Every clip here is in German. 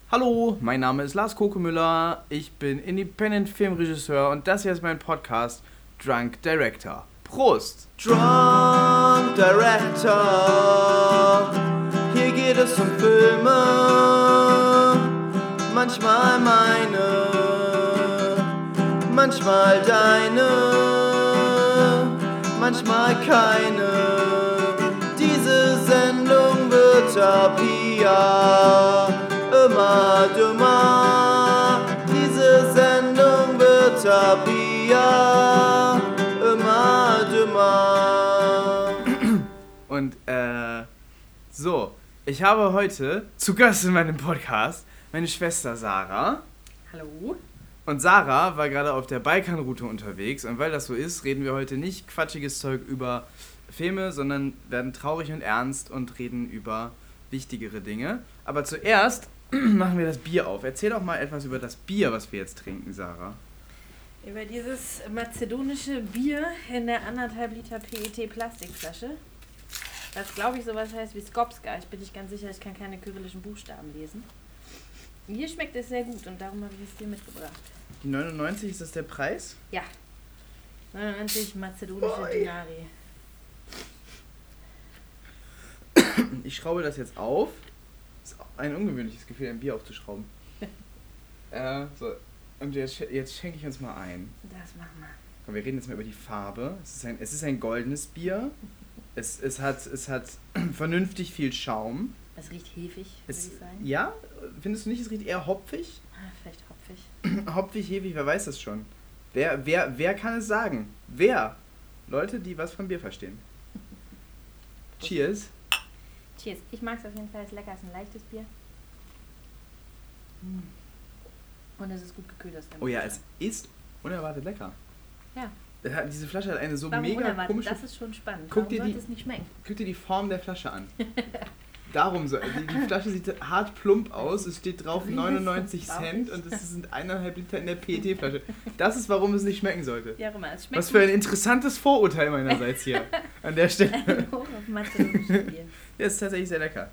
Hallo, mein Name ist Lars Kokemüller, ich bin Independent Filmregisseur und das hier ist mein Podcast Drunk Director. Prost! Drunk Director, hier geht es um Filme, manchmal meine, manchmal deine, manchmal keine. Diese Sendung wird ab hier immer dümmer. Diese Sendung wird ab hier immer dümmer. Und so, ich habe heute zu Gast in meinem Podcast meine Schwester Sarah. Hallo. Und Sarah war gerade auf der Balkanroute unterwegs und weil das so ist, reden wir heute nicht quatschiges Zeug über Filme, sondern werden traurig und ernst und reden über wichtigere Dinge. Aber zuerst machen wir das Bier auf. Erzähl doch mal etwas über das Bier, was wir jetzt trinken, Sarah. Über dieses mazedonische Bier in der 1,5 Liter PET-Plastikflasche. Das glaube ich sowas heißt wie Skopska. Ich bin nicht ganz sicher, ich kann keine kyrillischen Buchstaben lesen. Mir schmeckt es sehr gut und darum habe ich es dir mitgebracht. Die 99, ist das der Preis? Ja. 99 mazedonische Dinari. Ich schraube das jetzt auf. Ist ein ungewöhnliches Gefühl, ein Bier aufzuschrauben. So. Und jetzt schenke ich uns mal ein. Das machen wir. Komm, wir reden jetzt mal über die Farbe. Es ist ein goldenes Bier. Es hat vernünftig viel Schaum. Es riecht hefig, würde ich sagen. Ja? Findest du nicht, es riecht eher hopfig? Vielleicht hopfig. Hopfig, hefig, wer weiß das schon? Wer kann es sagen? Wer? Leute, die was von Bier verstehen. Cheers. Cheers. Ich mag es auf jeden Fall. Es ist lecker. Es ist ein leichtes Bier. Und es ist gut gekühlt aus dem Oh ja, es ist unerwartet lecker. Ja. Diese Flasche hat eine so Warum mega unerwartet? komische... Das ist schon spannend. Guck Warum dir sollte die- es nicht schmecken? Guck dir die Form der Flasche an. Darum so. Die Flasche sieht hart plump aus. Es steht drauf 99 Cent und es sind 1,5 Liter in der PET-Flasche. Das ist, warum es nicht schmecken sollte. Ja, guck mal, es schmeckt Was für ein interessantes Vorurteil meinerseits hier an der Stelle. ein Hoch auf mazedonisches Bier. Ja, ist tatsächlich sehr lecker.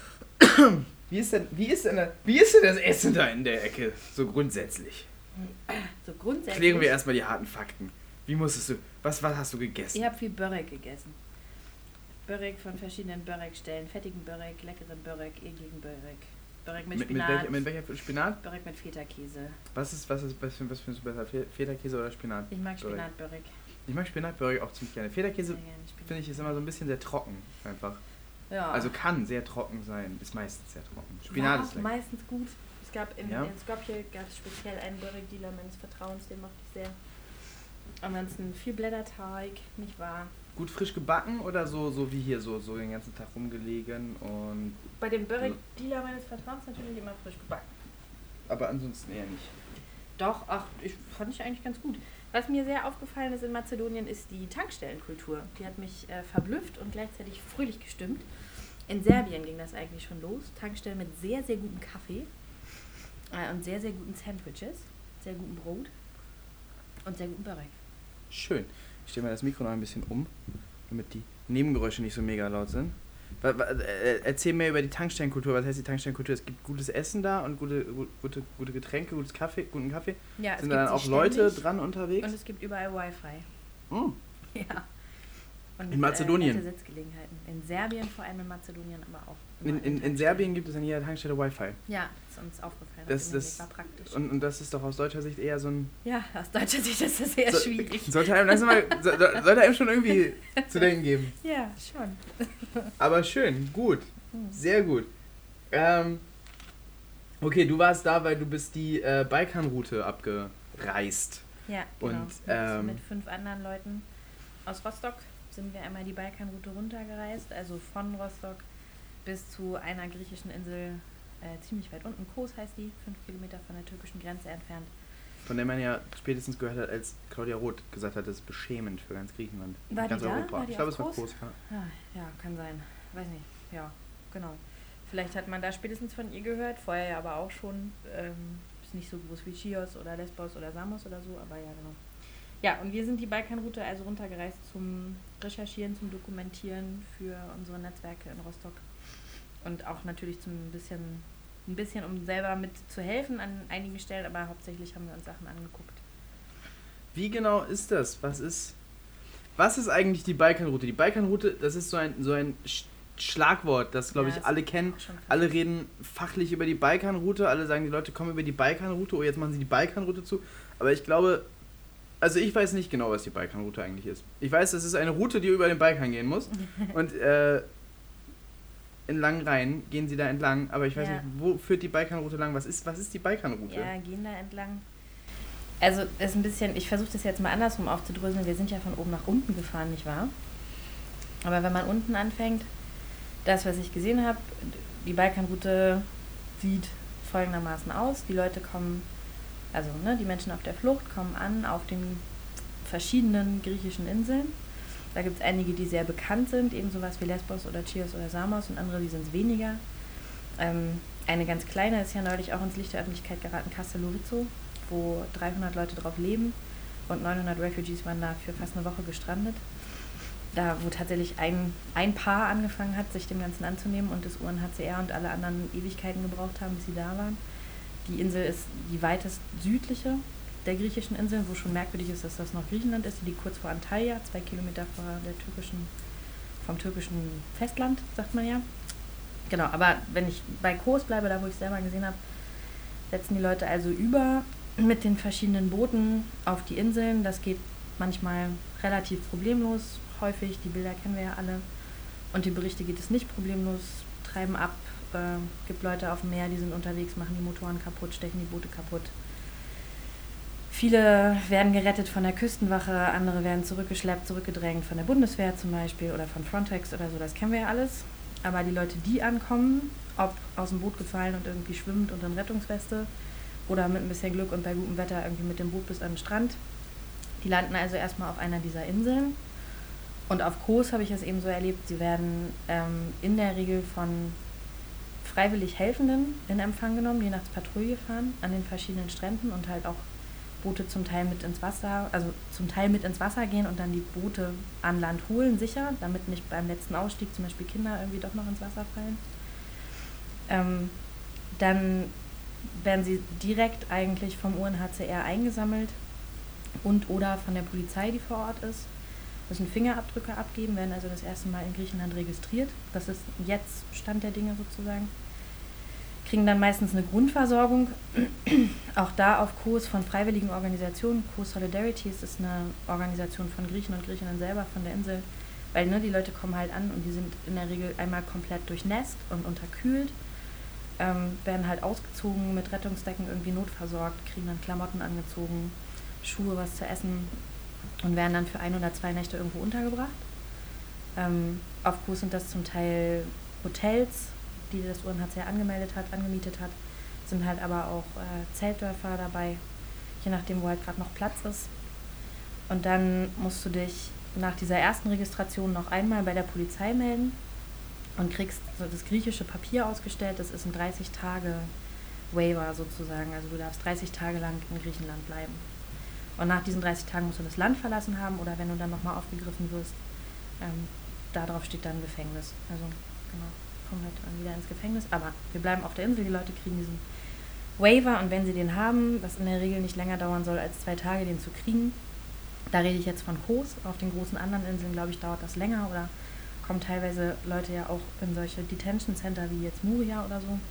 Wie ist denn das Essen da in der Ecke, so grundsätzlich? So grundsätzlich. Klären wir erstmal die harten Fakten. Was hast du gegessen? Ich habe viel Börek gegessen. Börek von verschiedenen Börek-Stellen. Fettigen Börek, leckeren Börek, ekligen Börek. Börek mit Spinat. Mit welcher Spinat? Börek mit Feta-Käse. Was findest du besser? Feta-Käse oder Spinat? Ich mag Spinat-Börek. Ich mag Spinat-Börek auch ziemlich gerne. Feta-Käse, Sehr gerne Spinat. finde ich, ist immer so ein bisschen sehr trocken, einfach. Ja. Also kann sehr trocken sein, ist meistens sehr trocken. Spinat war ist lecker. meistens gut. Es gab in Skopje gab es speziell einen Börek-Dealer meines Vertrauens, den mochte ich sehr. Ansonsten viel Blätterteig, nicht wahr? Gut frisch gebacken oder so wie hier, so den ganzen Tag rumgelegen und... Bei dem Börek-Dealer meines Vertrauens natürlich immer frisch gebacken. Aber ansonsten eher nicht. Doch, fand ich eigentlich ganz gut. Was mir sehr aufgefallen ist in Mazedonien, ist die Tankstellenkultur. Die hat mich verblüfft und gleichzeitig fröhlich gestimmt. In Serbien ging das eigentlich schon los. Tankstellen mit sehr, sehr gutem Kaffee und sehr, sehr guten Sandwiches, sehr gutem Brot und sehr guten Börek. Schön. Ich stelle mal das Mikro noch ein bisschen um, damit die Nebengeräusche nicht so mega laut sind. Erzähl mehr über die Tankstellenkultur. Was heißt die Tankstellenkultur? Es gibt gutes Essen da und gute Getränke, guten Kaffee. Ja, Sind da dann auch Leute dran unterwegs? Und es gibt überall Wi-Fi. Mm. Ja. Und In Mazedonien? nette Sitzgelegenheiten. In Serbien, vor allem in Mazedonien, aber auch. In Serbien gibt es an jeder Tankstelle Wi-Fi. Ja, ist uns aufgefallen. Das war praktisch. und das ist doch aus deutscher Sicht eher so ein... Ja, aus deutscher Sicht ist das sehr schwierig. Sollte einem schon irgendwie zu denken geben. Ja, schon. Aber schön, gut, sehr gut. Okay, du warst da, weil du bist die Balkanroute abgereist. Ja, genau. Und, mit 5 anderen Leuten aus Rostock sind wir einmal die Balkanroute runtergereist, also von Rostock bis zu einer griechischen Insel, ziemlich weit unten. Kos heißt die, 5 Kilometer von der türkischen Grenze entfernt. Von der man ja spätestens gehört hat, als Claudia Roth gesagt hat, das ist beschämend für ganz Griechenland. War ganz die da? Europa. War die Ich glaube, auf es war Kos? Kos. Ja. Ja, kann sein. Weiß nicht. Ja, genau. Vielleicht hat man da spätestens von ihr gehört, vorher ja aber auch schon. Ist nicht so groß wie Chios oder Lesbos oder Samos oder so, aber ja, genau. Ja, und wir sind die Balkanroute also runtergereist zum Recherchieren, zum Dokumentieren für unsere Netzwerke in Rostock. Und auch natürlich zum ein bisschen ein bisschen, um selber mit zu helfen an einigen Stellen, aber hauptsächlich haben wir uns Sachen angeguckt. Wie genau ist das? Was ist eigentlich die Balkanroute? Die Balkanroute, das ist so ein Schlagwort, das, glaube ich, alle kennen. Alle reden fachlich über die Balkanroute, alle sagen, die Leute kommen über die Balkanroute, oh, jetzt machen sie die Balkanroute zu. Aber ich glaube, also ich weiß nicht genau, was die Balkanroute eigentlich ist. Ich weiß, das ist eine Route, die über den Balkan gehen muss. Und in langen Reihen gehen sie da entlang, aber ich weiß nicht, wo führt die Balkanroute lang? Was ist die Balkanroute? Ja, gehen da entlang. Also ist ein bisschen, ich versuche das jetzt mal andersrum aufzudröseln. Wir sind ja von oben nach unten gefahren, nicht wahr? Aber wenn man unten anfängt, das, was ich gesehen habe, die Balkanroute sieht folgendermaßen aus. Die Leute kommen, also die Menschen auf der Flucht kommen an auf den verschiedenen griechischen Inseln. Da gibt es einige, die sehr bekannt sind, eben sowas wie Lesbos oder Chios oder Samos, und andere, die sind es weniger. Eine ganz kleine ist ja neulich auch ins Licht der Öffentlichkeit geraten, Kastellorizo, wo 300 Leute drauf leben und 900 Refugees waren da für fast eine Woche gestrandet. Da, wo tatsächlich ein Paar angefangen hat, sich dem Ganzen anzunehmen und das UNHCR und alle anderen Ewigkeiten gebraucht haben, bis sie da waren. Die Insel ist die weitest südliche der griechischen Inseln, wo schon merkwürdig ist, dass das noch Griechenland ist. Die liegt kurz vor Antalya, 2 Kilometer vom türkischen Festland, sagt man ja. Genau, aber wenn ich bei Kos bleibe, da wo ich es selber gesehen habe, setzen die Leute also über mit den verschiedenen Booten auf die Inseln. Das geht manchmal relativ problemlos, häufig, die Bilder kennen wir ja alle. Und die Berichte geht es nicht problemlos, treiben ab, gibt Leute auf dem Meer, die sind unterwegs, machen die Motoren kaputt, stechen die Boote kaputt. Viele werden gerettet von der Küstenwache, andere werden zurückgeschleppt, zurückgedrängt von der Bundeswehr zum Beispiel oder von Frontex oder so, das kennen wir ja alles. Aber die Leute, die ankommen, ob aus dem Boot gefallen und irgendwie schwimmend und in Rettungsweste oder mit ein bisschen Glück und bei gutem Wetter irgendwie mit dem Boot bis an den Strand, die landen also erstmal auf einer dieser Inseln. Und auf Kos habe ich es eben so erlebt, sie werden in der Regel von freiwillig Helfenden in Empfang genommen, die nachts Patrouille fahren an den verschiedenen Stränden und halt auch Boote zum Teil mit ins Wasser gehen und dann die Boote an Land holen, sicher, damit nicht beim letzten Ausstieg zum Beispiel Kinder irgendwie doch noch ins Wasser fallen. Dann werden sie direkt eigentlich vom UNHCR eingesammelt und oder von der Polizei, die vor Ort ist, müssen Fingerabdrücke abgeben, werden also das erste Mal in Griechenland registriert. Das ist jetzt Stand der Dinge sozusagen. Kriegen dann meistens eine Grundversorgung, auch da auf Kos von freiwilligen Organisationen. Kos Solidarity ist eine Organisation von Griechen und Griechinnen selber von der Insel, weil die Leute kommen halt an und die sind in der Regel einmal komplett durchnässt und unterkühlt, werden halt ausgezogen, mit Rettungsdecken irgendwie notversorgt, kriegen dann Klamotten angezogen, Schuhe, was zu essen und werden dann für 1 oder 2 Nächte irgendwo untergebracht. Auf Kos sind das zum Teil Hotels, die das UNHCR angemietet hat, sind halt aber auch Zeltdörfer dabei, je nachdem, wo halt gerade noch Platz ist. Und dann musst du dich nach dieser ersten Registration noch einmal bei der Polizei melden und kriegst so das griechische Papier ausgestellt. Das ist ein 30-Tage-Waiver sozusagen, also du darfst 30 Tage lang in Griechenland bleiben. Und nach diesen 30 Tagen musst du das Land verlassen haben oder wenn du dann nochmal aufgegriffen wirst, darauf steht dann Gefängnis. Also genau, kommen halt dann wieder ins Gefängnis. Aber wir bleiben auf der Insel, die Leute kriegen diesen Waiver und wenn sie den haben, was in der Regel nicht länger dauern soll als 2 Tage, den zu kriegen, da rede ich jetzt von Kos. Auf den großen anderen Inseln, glaube ich, dauert das länger oder kommen teilweise Leute ja auch in solche Detention Center wie jetzt Moria oder so.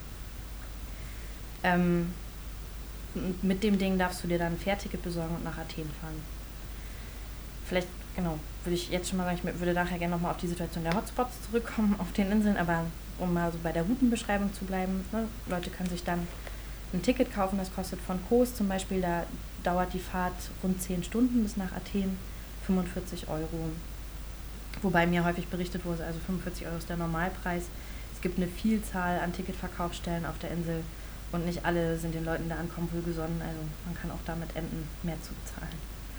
Mit dem Ding darfst du dir dann ein Fährticket besorgen und nach Athen fahren. Vielleicht, genau, würde ich jetzt schon mal sagen, ich würde nachher gerne nochmal auf die Situation der Hotspots zurückkommen auf den Inseln, aber um mal so bei der Routenbeschreibung zu bleiben, Leute können sich dann ein Ticket kaufen, das kostet von Kos zum Beispiel, da dauert die Fahrt rund 10 Stunden bis nach Athen, 45 €. Wobei mir häufig berichtet wurde, also 45 € ist der Normalpreis. Es gibt eine Vielzahl an Ticketverkaufsstellen auf der Insel und nicht alle sind den Leuten, die da ankommen, wohlgesonnen. Also man kann auch damit enden, mehr zu bezahlen.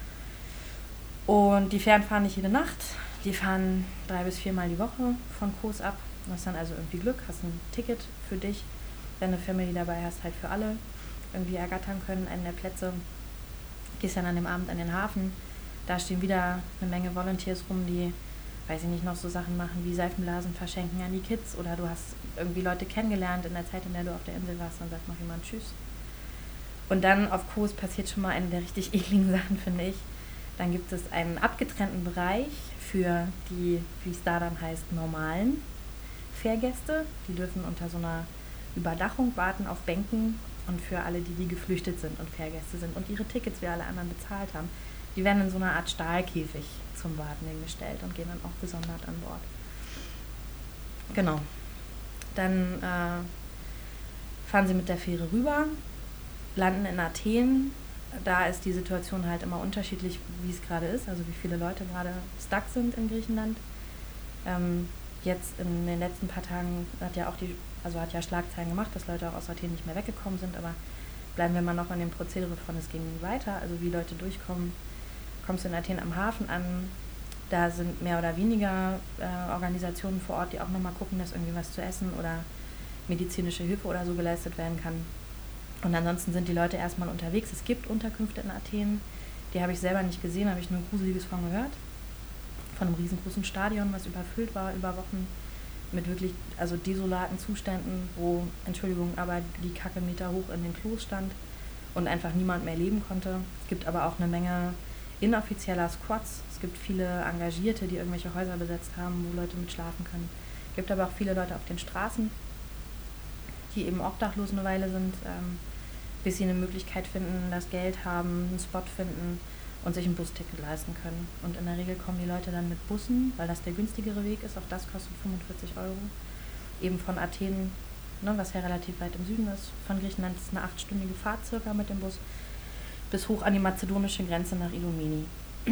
Und die Fähren fahren nicht jede Nacht. Die fahren 3 bis 4 Mal die Woche von Kos ab. Du hast dann also irgendwie Glück, hast ein Ticket für dich. Wenn du eine Family dabei hast, halt für alle irgendwie ergattern können, einen der Plätze. Gehst dann an dem Abend an den Hafen. Da stehen wieder eine Menge Volunteers rum, die, weiß ich nicht, noch so Sachen machen wie Seifenblasen verschenken an die Kids. Oder du hast irgendwie Leute kennengelernt in der Zeit, in der du auf der Insel warst, dann sagt noch jemand Tschüss. Und dann auf Kos passiert schon mal eine der richtig ekligen Sachen, finde ich. Dann gibt es einen abgetrennten Bereich für die, wie es da dann heißt, normalen Fährgäste. Die dürfen unter so einer Überdachung warten auf Bänken, und für alle, die geflüchtet sind und Fährgäste sind und ihre Tickets wie alle anderen bezahlt haben, die werden in so einer Art Stahlkäfig zum Warten hingestellt und gehen dann auch gesondert an Bord. Genau. Dann fahren sie mit der Fähre rüber, landen in Athen. Da ist die Situation halt immer unterschiedlich, wie es gerade ist, also wie viele Leute gerade stuck sind in Griechenland. Jetzt in den letzten paar Tagen hat ja Schlagzeilen gemacht, dass Leute auch aus Athen nicht mehr weggekommen sind, aber bleiben wir mal noch an dem Prozedere von, es ging weiter, also wie Leute durchkommen. Kommst du in Athen am Hafen an, da sind mehr oder weniger Organisationen vor Ort, die auch nochmal gucken, dass irgendwie was zu essen oder medizinische Hilfe oder so geleistet werden kann. Und ansonsten sind die Leute erstmal unterwegs. Es gibt Unterkünfte in Athen, die habe ich selber nicht gesehen, habe ich nur Gruseliges von gehört. Von einem riesengroßen Stadion, was überfüllt war über Wochen, mit wirklich desolaten Zuständen, wo, Entschuldigung, aber die Kacke Meter hoch in den Klos stand und einfach niemand mehr leben konnte. Es gibt aber auch eine Menge inoffizieller Squads. Es gibt viele Engagierte, die irgendwelche Häuser besetzt haben, wo Leute mit schlafen können. Es gibt aber auch viele Leute auf den Straßen, die eben obdachlos eine Weile sind, bis sie eine Möglichkeit finden, das Geld haben, einen Spot finden und sich ein Busticket leisten können. Und in der Regel kommen die Leute dann mit Bussen, weil das der günstigere Weg ist, auch das kostet 45 €, eben von Athen, was ja relativ weit im Süden ist, von Griechenland ist eine 8-stündige Fahrt circa mit dem Bus, bis hoch an die mazedonische Grenze nach Idomeni.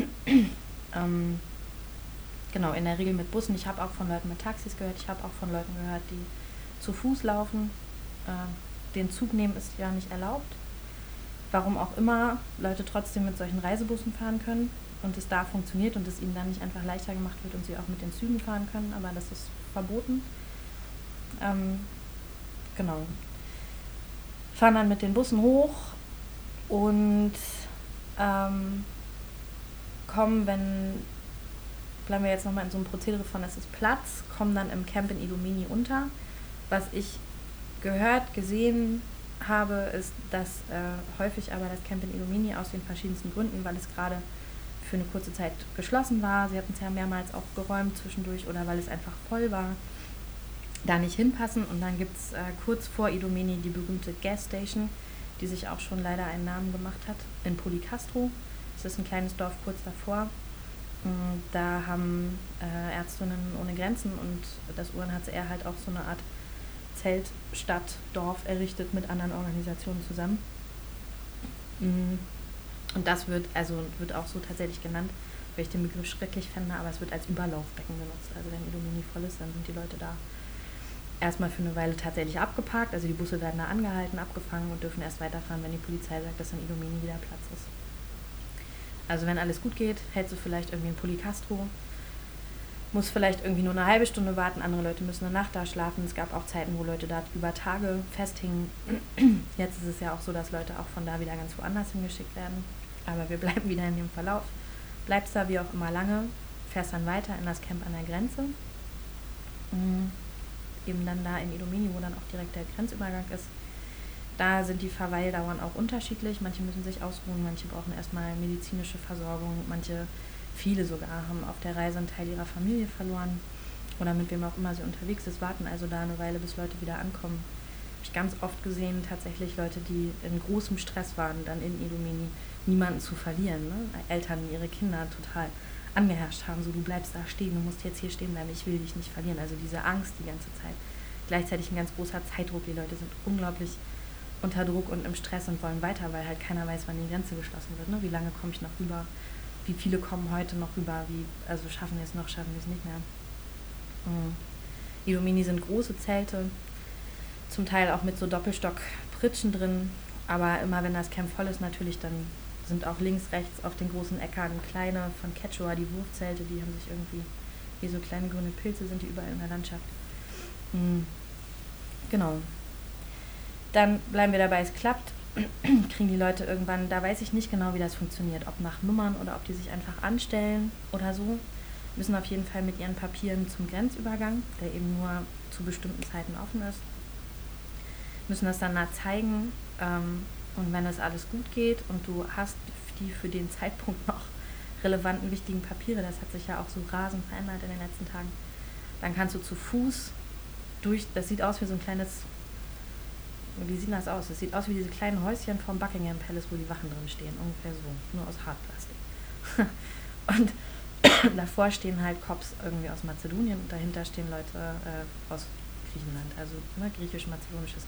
Genau, in der Regel mit Bussen. Ich habe auch von Leuten mit Taxis gehört, ich habe auch von Leuten gehört, die zu Fuß laufen. Den Zug nehmen ist ja nicht erlaubt. Warum auch immer Leute trotzdem mit solchen Reisebussen fahren können und es da funktioniert und es ihnen dann nicht einfach leichter gemacht wird und sie auch mit den Zügen fahren können, aber das ist verboten. Genau. Fahren dann mit den Bussen hoch und kommen, bleiben wir jetzt nochmal in so einem Prozedere von, es ist Platz, kommen dann im Camp in Idomeni unter. Was ich gehört, gesehen habe, ist, dass häufig aber das Camp in Idomeni aus den verschiedensten Gründen, weil es gerade für eine kurze Zeit geschlossen war, sie hatten es ja mehrmals auch geräumt zwischendurch oder weil es einfach voll war, da nicht hinpassen. Und dann gibt es kurz vor Idomeni die berühmte Gas Station, die sich auch schon leider einen Namen gemacht hat, in Polikastro. Das ist ein kleines Dorf kurz davor. Da haben Ärztinnen ohne Grenzen und das UNHCR halt auch so eine Art Zelt, Stadt, Dorf errichtet mit anderen Organisationen zusammen. Und das wird auch so tatsächlich genannt, weil ich den Begriff schrecklich fände, aber es wird als Überlaufbecken genutzt. Also wenn Idomeni voll ist, dann sind die Leute da erstmal für eine Weile tatsächlich abgeparkt. Also die Busse werden da angehalten, abgefangen und dürfen erst weiterfahren, wenn die Polizei sagt, dass in Idomeni wieder Platz ist. Also wenn alles gut geht, hältst du vielleicht irgendwie in Polikastro, muss vielleicht irgendwie nur eine halbe Stunde warten, andere Leute müssen eine Nacht da schlafen. Es gab auch Zeiten, wo Leute da über Tage festhingen. Jetzt ist es ja auch so, dass Leute auch von da wieder ganz woanders hingeschickt werden. Aber wir bleiben wieder in dem Verlauf. Bleibst da wie auch immer lange, fährst dann weiter in das Camp an der Grenze. Eben dann da in Idomeni, wo dann auch direkt der Grenzübergang ist. Da sind die Verweildauern auch unterschiedlich. Manche müssen sich ausruhen, manche brauchen erstmal medizinische Versorgung, viele sogar haben auf der Reise einen Teil ihrer Familie verloren oder mit wem auch immer sie unterwegs ist, warten also da eine Weile, bis Leute wieder ankommen. Habe ich ganz oft gesehen, tatsächlich Leute, die in großem Stress waren, dann in Idomeni niemanden zu verlieren. Ne? Eltern, die ihre Kinder total angeherrscht haben, so du bleibst da stehen, du musst jetzt hier stehen bleiben, ich will dich nicht verlieren. Also diese Angst die ganze Zeit. Gleichzeitig ein ganz großer Zeitdruck, die Leute sind unglaublich unter Druck und im Stress und wollen weiter, weil halt keiner weiß, wann die Grenze geschlossen wird. Ne? Wie lange komme ich noch rüber? Wie viele kommen heute noch rüber? Schaffen wir es noch, schaffen wir es nicht mehr? Idomeni sind große Zelte, zum Teil auch mit so Doppelstock-Pritschen drin, aber immer wenn das Camp voll ist natürlich, dann sind auch links, rechts auf den großen Äckern kleine von Quechua, die Wurfzelte, die haben sich irgendwie, wie so kleine grüne Pilze sind die überall in der Landschaft. Genau. Dann bleiben wir dabei, es klappt. Kriegen die Leute irgendwann, da weiß ich nicht genau, wie das funktioniert, ob nach Nummern oder ob die sich einfach anstellen oder so. müssen auf jeden Fall mit ihren Papieren zum Grenzübergang, der eben nur zu bestimmten Zeiten offen ist, müssen das dann da zeigen. Und wenn das alles gut geht und du hast die für den Zeitpunkt noch relevanten, wichtigen Papiere, das hat sich ja auch so rasend verändert in den letzten Tagen, dann kannst du zu Fuß das sieht aus wie so ein kleines, wie sieht das aus? Das sieht aus wie diese kleinen Häuschen vom Buckingham Palace, wo die Wachen drin stehen, ungefähr so, nur aus Hartplastik. Und davor stehen halt Cops irgendwie aus Mazedonien und dahinter stehen Leute aus Griechenland, also griechisch-mazedonisches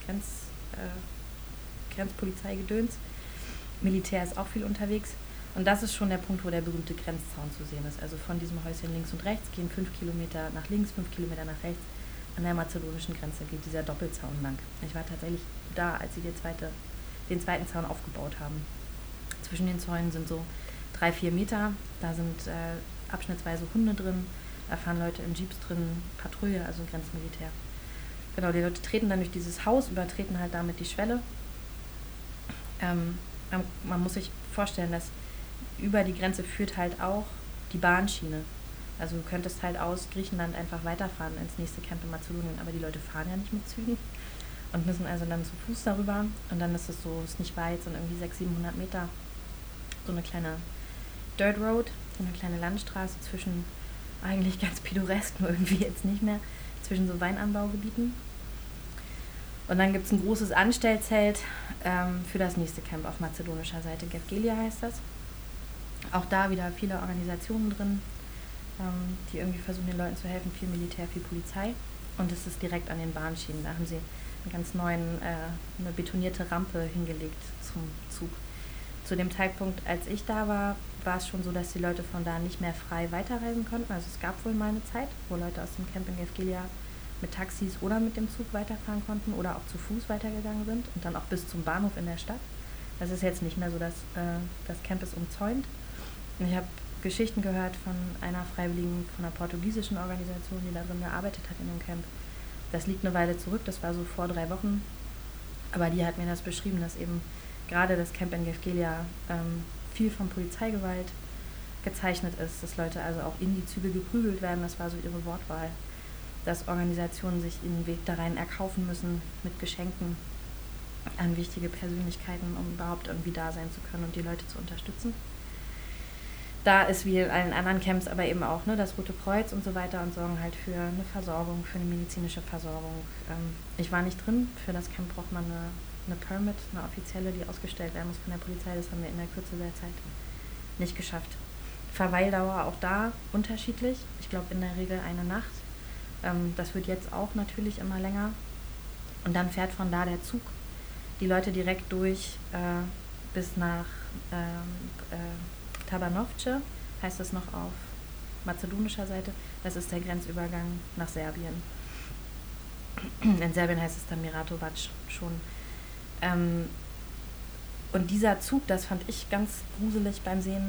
Grenzpolizeigedöns. Militär ist auch viel unterwegs. Und das ist schon der Punkt, wo der berühmte Grenzzaun zu sehen ist. Also von diesem Häuschen links und rechts gehen 5 Kilometer nach links, 5 Kilometer nach rechts. An der mazedonischen Grenze geht dieser Doppelzaun lang. Ich war tatsächlich da, als sie den zweiten Zaun aufgebaut haben. Zwischen den Zäunen sind so 3-4 Meter. Da sind abschnittsweise Hunde drin. Da fahren Leute in Jeeps drin, Patrouille, also Grenzmilitär. Genau, die Leute treten dann durch dieses Haus, übertreten halt damit die Schwelle. Man muss sich vorstellen, dass über die Grenze führt halt auch die Bahnschiene. Also du könntest halt aus Griechenland einfach weiterfahren ins nächste Camp in Mazedonien, aber die Leute fahren ja nicht mit Zügen und müssen also dann zu Fuß darüber. Und dann ist es so, ist nicht weit, sind irgendwie 600-700 Meter. So eine kleine Dirt Road, so eine kleine Landstraße zwischen, eigentlich ganz pittoresk, nur irgendwie jetzt nicht mehr, zwischen so Weinanbaugebieten. Und dann gibt es ein großes Anstellzelt für das nächste Camp auf mazedonischer Seite. Gevgelia heißt das. Auch da wieder viele Organisationen drin, die irgendwie versuchen, den Leuten zu helfen. Viel Militär, viel Polizei. Und es ist direkt an den Bahnschienen. Da haben sie einen ganz neuen, eine betonierte Rampe hingelegt zum Zug. Zu dem Zeitpunkt, als ich da war, war es schon so, dass die Leute von da nicht mehr frei weiterreisen konnten. Also es gab wohl mal eine Zeit, wo Leute aus dem Camp in Gevgelia mit Taxis oder mit dem Zug weiterfahren konnten oder auch zu Fuß weitergegangen sind und dann auch bis zum Bahnhof in der Stadt. Das ist jetzt nicht mehr so, dass das Camp ist umzäunt. Und ich habe Geschichten gehört von einer Freiwilligen von einer portugiesischen Organisation, die da drin gearbeitet hat in dem Camp. Das liegt eine Weile zurück, das war so vor 3 Wochen. Aber die hat mir das beschrieben, dass eben gerade das Camp in Gevgelia viel von Polizeigewalt gezeichnet ist, dass Leute also auch in die Züge geprügelt werden, das war so ihre Wortwahl. Dass Organisationen sich ihren Weg da rein erkaufen müssen mit Geschenken an wichtige Persönlichkeiten, um überhaupt irgendwie da sein zu können und die Leute zu unterstützen. Da ist wie in allen anderen Camps aber eben auch das Rote Kreuz und so weiter und sorgen halt für eine Versorgung, für eine medizinische Versorgung. Ich war nicht drin, für das Camp braucht man eine Permit, eine offizielle, die ausgestellt werden muss von der Polizei. Das haben wir in der Kürze der Zeit nicht geschafft. Verweildauer auch da unterschiedlich. Ich glaube in der Regel eine Nacht. Das wird jetzt auch natürlich immer länger. Und dann fährt von da der Zug die Leute direkt durch bis nach Tabanovce, heißt das noch auf mazedonischer Seite. Das ist der Grenzübergang nach Serbien. In Serbien heißt es dann Miratovac schon. Und dieser Zug, das fand ich ganz gruselig beim Sehen,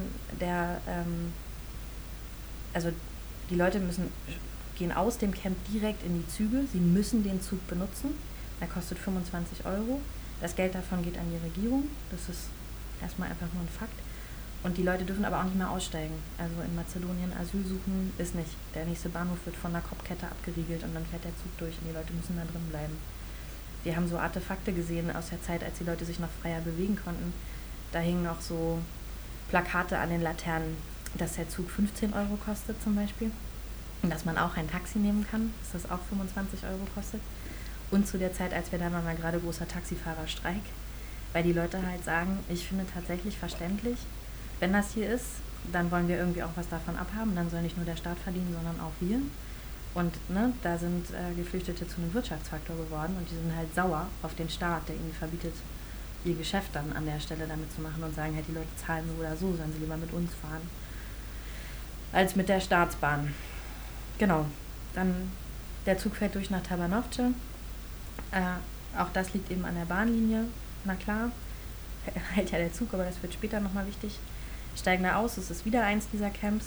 also die Leute gehen aus dem Camp direkt in die Züge, sie müssen den Zug benutzen, der kostet 25 €, das Geld davon geht an die Regierung, das ist erstmal einfach nur ein Fakt. Und die Leute dürfen aber auch nicht mehr aussteigen. Also in Mazedonien Asyl suchen ist nicht. Der nächste Bahnhof wird von der Kopfkette abgeriegelt und dann fährt der Zug durch und die Leute müssen da drin bleiben. Wir haben so Artefakte gesehen aus der Zeit, als die Leute sich noch freier bewegen konnten. Da hingen auch so Plakate an den Laternen, dass der Zug 15 € kostet zum Beispiel. Und dass man auch ein Taxi nehmen kann, dass das auch 25 € kostet. Und zu der Zeit, als wir da waren, war gerade großer Taxifahrerstreik, weil die Leute halt sagen, ich finde tatsächlich verständlich, wenn das hier ist, dann wollen wir irgendwie auch was davon abhaben. Dann soll nicht nur der Staat verdienen, sondern auch wir. Und da sind Geflüchtete zu einem Wirtschaftsfaktor geworden und die sind halt sauer auf den Staat, der ihnen verbietet, ihr Geschäft dann an der Stelle damit zu machen und sagen halt, die Leute zahlen so oder so, sollen sie lieber mit uns fahren, als mit der Staatsbahn. Genau. Dann der Zug fährt durch nach Tabanovce. Auch das liegt eben an der Bahnlinie. Na klar, hält ja der Zug, aber das wird später nochmal wichtig. Steigen da aus, es ist wieder eins dieser Camps.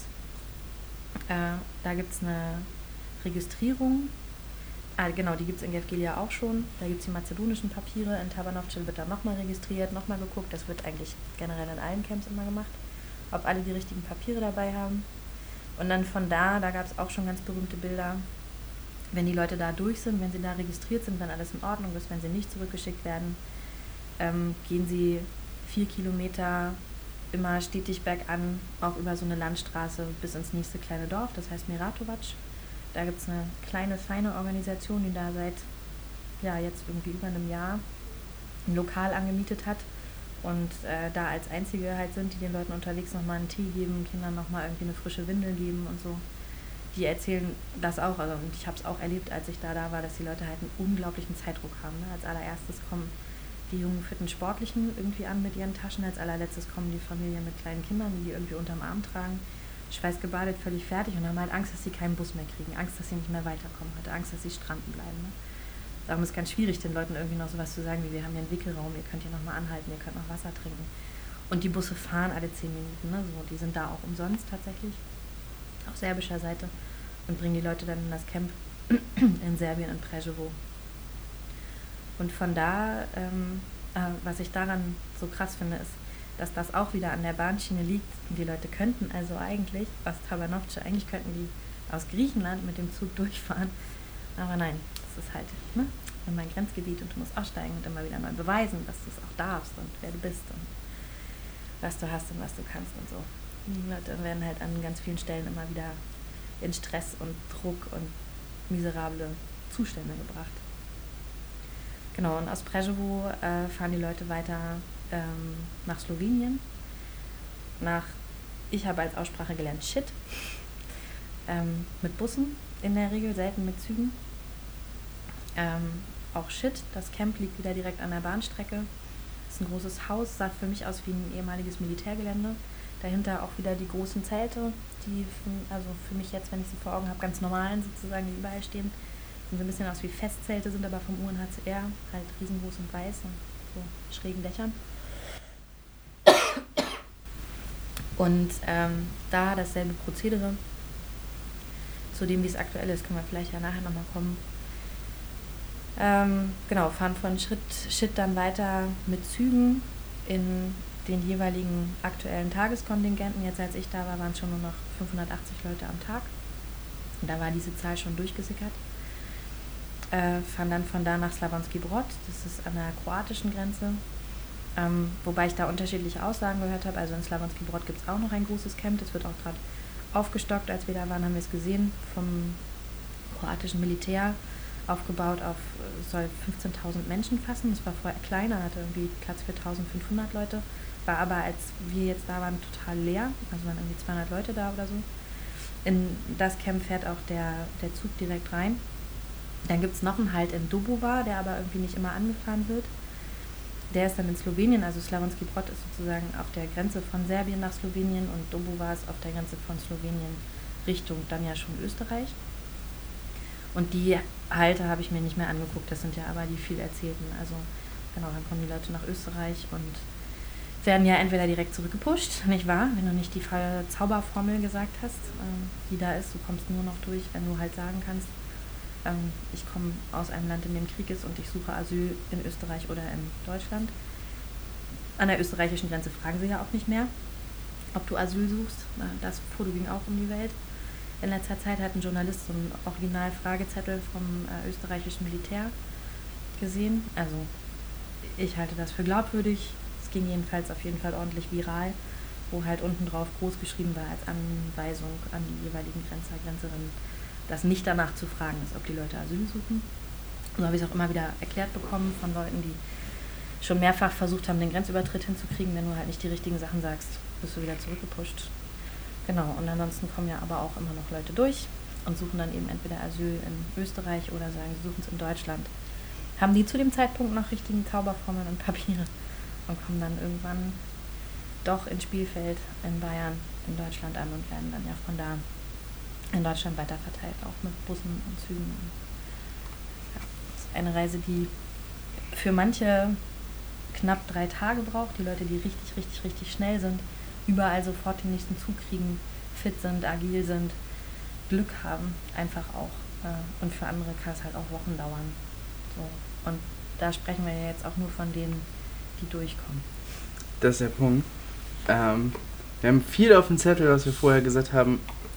Da gibt es eine Registrierung. Genau, die gibt es in Gevgelia auch schon. Da gibt es die mazedonischen Papiere. In Tabanovce wird dann nochmal registriert, nochmal geguckt. Das wird eigentlich generell in allen Camps immer gemacht, ob alle die richtigen Papiere dabei haben. Und dann von da gab es auch schon ganz berühmte Bilder, wenn die Leute da durch sind, wenn sie da registriert sind, wenn alles in Ordnung ist, wenn sie nicht zurückgeschickt werden, gehen sie 4 Kilometer immer stetig bergan, auch über so eine Landstraße bis ins nächste kleine Dorf, das heißt Miratovac. Da gibt es eine kleine, feine Organisation, die da seit jetzt irgendwie über einem Jahr ein Lokal angemietet hat und da als einzige halt sind, die den Leuten unterwegs nochmal einen Tee geben, Kindern nochmal irgendwie eine frische Windel geben und so. Die erzählen das auch, also und ich habe es auch erlebt, als ich da war, dass die Leute halt einen unglaublichen Zeitdruck haben. Ne? Als allererstes kommen die jungen, fitten Sportlichen irgendwie an mit ihren Taschen, als allerletztes kommen die Familien mit kleinen Kindern, die irgendwie unterm Arm tragen, schweißgebadet, völlig fertig und haben halt Angst, dass sie keinen Bus mehr kriegen, Angst, dass sie nicht mehr weiterkommen, hatte Angst, dass sie stranden bleiben. Ne? Darum ist es ganz schwierig, den Leuten irgendwie noch sowas zu sagen, wie wir haben hier einen Wickelraum, ihr könnt hier nochmal anhalten, ihr könnt noch Wasser trinken. Und die Busse fahren alle 10 Minuten, ne? So, die sind da auch umsonst tatsächlich, auf serbischer Seite, und bringen die Leute dann in das Camp in Serbien, in Preševo. Und von da, was ich daran so krass finde, ist, dass das auch wieder an der Bahnschiene liegt. Und die Leute könnten also eigentlich aus Tabanovce, eigentlich könnten die aus Griechenland mit dem Zug durchfahren. Aber nein, das ist halt immer ein Grenzgebiet und du musst aussteigen und immer wieder neu beweisen, dass du es auch darfst und wer du bist und was du hast und was du kannst und so. Die Leute werden halt an ganz vielen Stellen immer wieder in Stress und Druck und miserable Zustände gebracht. Genau, und aus Preševo fahren die Leute weiter nach Slowenien. Ich habe als Aussprache gelernt, Shit. Mit Bussen in der Regel, selten mit Zügen. Auch Shit, das Camp liegt wieder direkt an der Bahnstrecke. Das ist ein großes Haus, sah für mich aus wie ein ehemaliges Militärgelände. Dahinter auch wieder die großen Zelte, die für mich jetzt, wenn ich sie vor Augen habe, ganz normalen sozusagen, die überall stehen. Sehen so ein bisschen aus wie Festzelte, sind aber vom UNHCR, halt riesengroß und weiß und so schrägen Dächern. Und da dasselbe Prozedere, zu dem, wie es aktuell ist, können wir vielleicht ja nachher nochmal kommen. Fahren von Shit dann weiter mit Zügen in den jeweiligen aktuellen Tageskontingenten. Jetzt, als ich da war, waren es schon nur noch 580 Leute am Tag. Und da war diese Zahl schon durchgesickert. Fahren dann von da nach Slavonski Brod, das ist an der kroatischen Grenze. Wobei ich da unterschiedliche Aussagen gehört habe. Also in Slavonski Brod gibt es auch noch ein großes Camp, das wird auch gerade aufgestockt. Als wir da waren, haben wir es gesehen, vom kroatischen Militär aufgebaut auf, soll 15.000 Menschen fassen. Das war vorher kleiner, hatte irgendwie Platz für 1.500 Leute. War aber, als wir jetzt da waren, total leer. Also waren irgendwie 200 Leute da oder so. In das Camp fährt auch der Zug direkt rein. Dann gibt es noch einen Halt in Dobova, der aber irgendwie nicht immer angefahren wird. Der ist dann in Slowenien, also Slavonski Brod ist sozusagen auf der Grenze von Serbien nach Slowenien und Dobova ist auf der Grenze von Slowenien Richtung dann ja schon Österreich. Und die Halte habe ich mir nicht mehr angeguckt, das sind ja aber die viel erzählten. Also genau, dann kommen die Leute nach Österreich und werden ja entweder direkt zurückgepusht, nicht wahr? Wenn du nicht die Zauberformel gesagt hast, die da ist, du kommst nur noch durch, wenn du halt sagen kannst, ich komme aus einem Land, in dem Krieg ist und ich suche Asyl in Österreich oder in Deutschland. An der österreichischen Grenze fragen sie ja auch nicht mehr, ob du Asyl suchst. Das Foto ging auch um die Welt. In letzter Zeit hat ein Journalist so einen Original-Fragezettel vom österreichischen Militär gesehen. Also ich halte das für glaubwürdig. Es ging jedenfalls auf jeden Fall ordentlich viral, wo halt unten drauf groß geschrieben war als Anweisung an die jeweiligen Grenzer, Grenzerinnen, dass nicht danach zu fragen ist, ob die Leute Asyl suchen. So habe ich es auch immer wieder erklärt bekommen von Leuten, die schon mehrfach versucht haben, den Grenzübertritt hinzukriegen. Wenn du halt nicht die richtigen Sachen sagst, wirst du wieder zurückgepusht. Genau, und ansonsten kommen ja aber auch immer noch Leute durch und suchen dann eben entweder Asyl in Österreich oder sagen, sie suchen es in Deutschland. Haben die zu dem Zeitpunkt noch richtigen Zauberformeln und Papiere und kommen dann irgendwann doch in Spielfeld in Bayern, in Deutschland an und werden dann ja von da in Deutschland weiterverteilt, auch mit Bussen und Zügen. Ja, das ist eine Reise, die für manche knapp 3 Tage braucht. Die Leute, die richtig, richtig, richtig schnell sind, überall sofort den nächsten Zug kriegen, fit sind, agil sind, Glück haben, einfach auch. Und für andere kann es halt auch Wochen dauern. So. Und da sprechen wir ja jetzt auch nur von denen, die durchkommen. Das ist der Punkt. Wir haben viel auf dem Zettel, was wir vorher gesagt haben.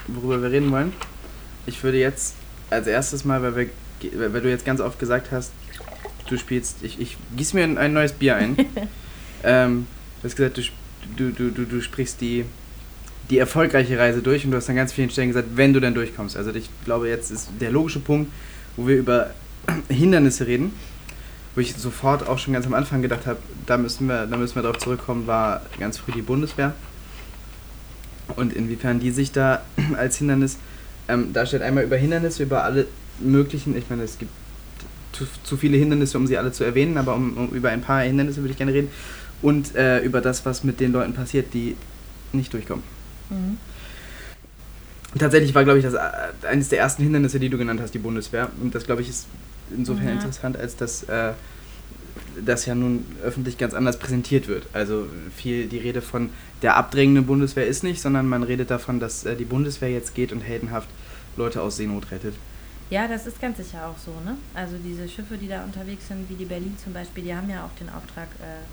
worüber wir reden wollen. Ich würde jetzt als erstes mal, weil du jetzt ganz oft gesagt hast, du spielst, ich gieß mir ein neues Bier ein. Du hast gesagt, du sprichst die erfolgreiche Reise durch und du hast an ganz vielen Stellen gesagt, wenn du dann durchkommst. Also ich glaube, jetzt ist der logische Punkt, wo wir über Hindernisse reden, wo ich sofort auch schon ganz am Anfang gedacht habe, da müssen wir darauf zurückkommen, war ganz früh die Bundeswehr. Und inwiefern die sich da als Hindernis darstellt. Einmal über Hindernisse, über alle möglichen, ich meine, es gibt zu viele Hindernisse, um sie alle zu erwähnen, aber über ein paar Hindernisse würde ich gerne reden. Und über das, was mit den Leuten passiert, die nicht durchkommen. Mhm. Tatsächlich war, glaube ich, das eines der ersten Hindernisse, die du genannt hast, die Bundeswehr. Und das, glaube ich, ist insofern interessant, als dass das ja nun öffentlich ganz anders präsentiert wird. Also viel die Rede von der abdrängenden Bundeswehr ist nicht, sondern man redet davon, dass die Bundeswehr jetzt geht und heldenhaft Leute aus Seenot rettet. Ja, das ist ganz sicher auch so, ne? Also diese Schiffe, die da unterwegs sind, wie die Berlin zum Beispiel, die haben ja auch den Auftrag,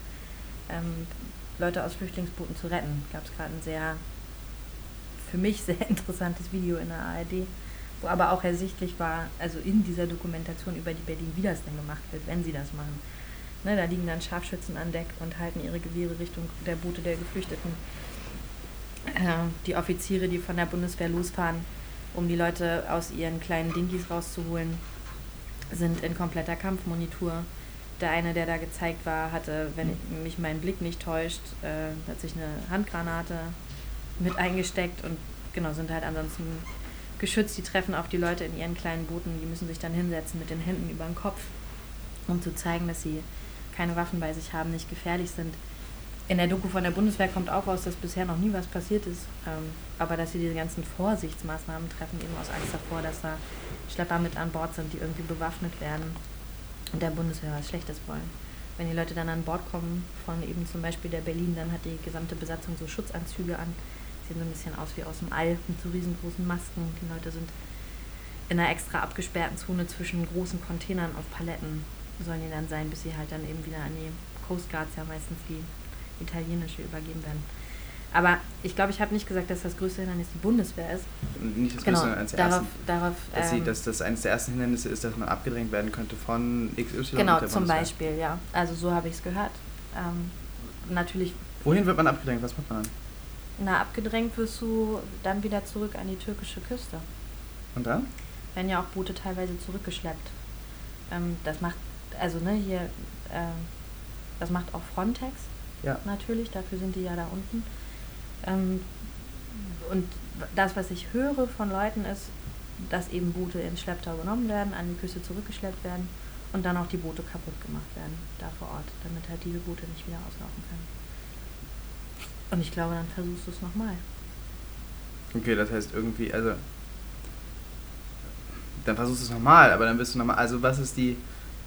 Leute aus Flüchtlingsbooten zu retten. Gab es gerade ein für mich sehr interessantes Video in der ARD, wo aber auch ersichtlich war, also in dieser Dokumentation über die Berlin, wie das denn gemacht wird, wenn sie das machen. Ne, da liegen dann Scharfschützen an Deck und halten ihre Gewehre Richtung der Boote der Geflüchteten. Die Offiziere, die von der Bundeswehr losfahren, um die Leute aus ihren kleinen Dinghies rauszuholen, sind in kompletter Kampfmonitur. Der eine, der da gezeigt war, hatte, wenn mich mein Blick nicht täuscht, hat sich eine Handgranate mit eingesteckt und genau, sind halt ansonsten geschützt. Die treffen auf die Leute in ihren kleinen Booten, die müssen sich dann hinsetzen mit den Händen über den Kopf, um zu zeigen, dass sie keine Waffen bei sich haben, nicht gefährlich sind. In der Doku von der Bundeswehr kommt auch raus, dass bisher noch nie was passiert ist, aber dass sie diese ganzen Vorsichtsmaßnahmen treffen, eben aus Angst davor, dass da Schlepper mit an Bord sind, die irgendwie bewaffnet werden und der Bundeswehr was Schlechtes wollen. Wenn die Leute dann an Bord kommen, von eben zum Beispiel der Berlin, dann hat die gesamte Besatzung so Schutzanzüge an, sehen so ein bisschen aus wie aus dem All mit so riesengroßen Masken. Die Leute sind in einer extra abgesperrten Zone zwischen großen Containern auf Paletten, sollen die dann sein, bis sie halt dann eben wieder an die Coast Guards, ja meistens die italienische, übergeben werden. Aber ich glaube, ich habe nicht gesagt, dass das größte Hindernis die Bundeswehr ist. Nicht das größte, eines der ersten. Dass das eines der ersten Hindernisse ist, dass man abgedrängt werden könnte von XY. Genau, zum Beispiel, ja. Also so habe ich es gehört. Natürlich. Wohin wird man abgedrängt? Was macht man dann? Na, abgedrängt wirst du dann wieder zurück an die türkische Küste. Und dann? Werden ja auch Boote teilweise zurückgeschleppt. Das macht, also ne, hier, das macht auch Frontex. Ja. Natürlich, dafür sind die ja da unten. Und das, was ich höre von Leuten, ist, dass eben Boote ins Schlepptau genommen werden, an die Küste zurückgeschleppt werden und dann auch die Boote kaputt gemacht werden, da vor Ort, damit halt diese Boote nicht wieder auslaufen können. Und ich glaube, dann versuchst du es nochmal. Okay, das heißt irgendwie, also dann versuchst du es nochmal, aber dann bist du nochmal, also was ist die,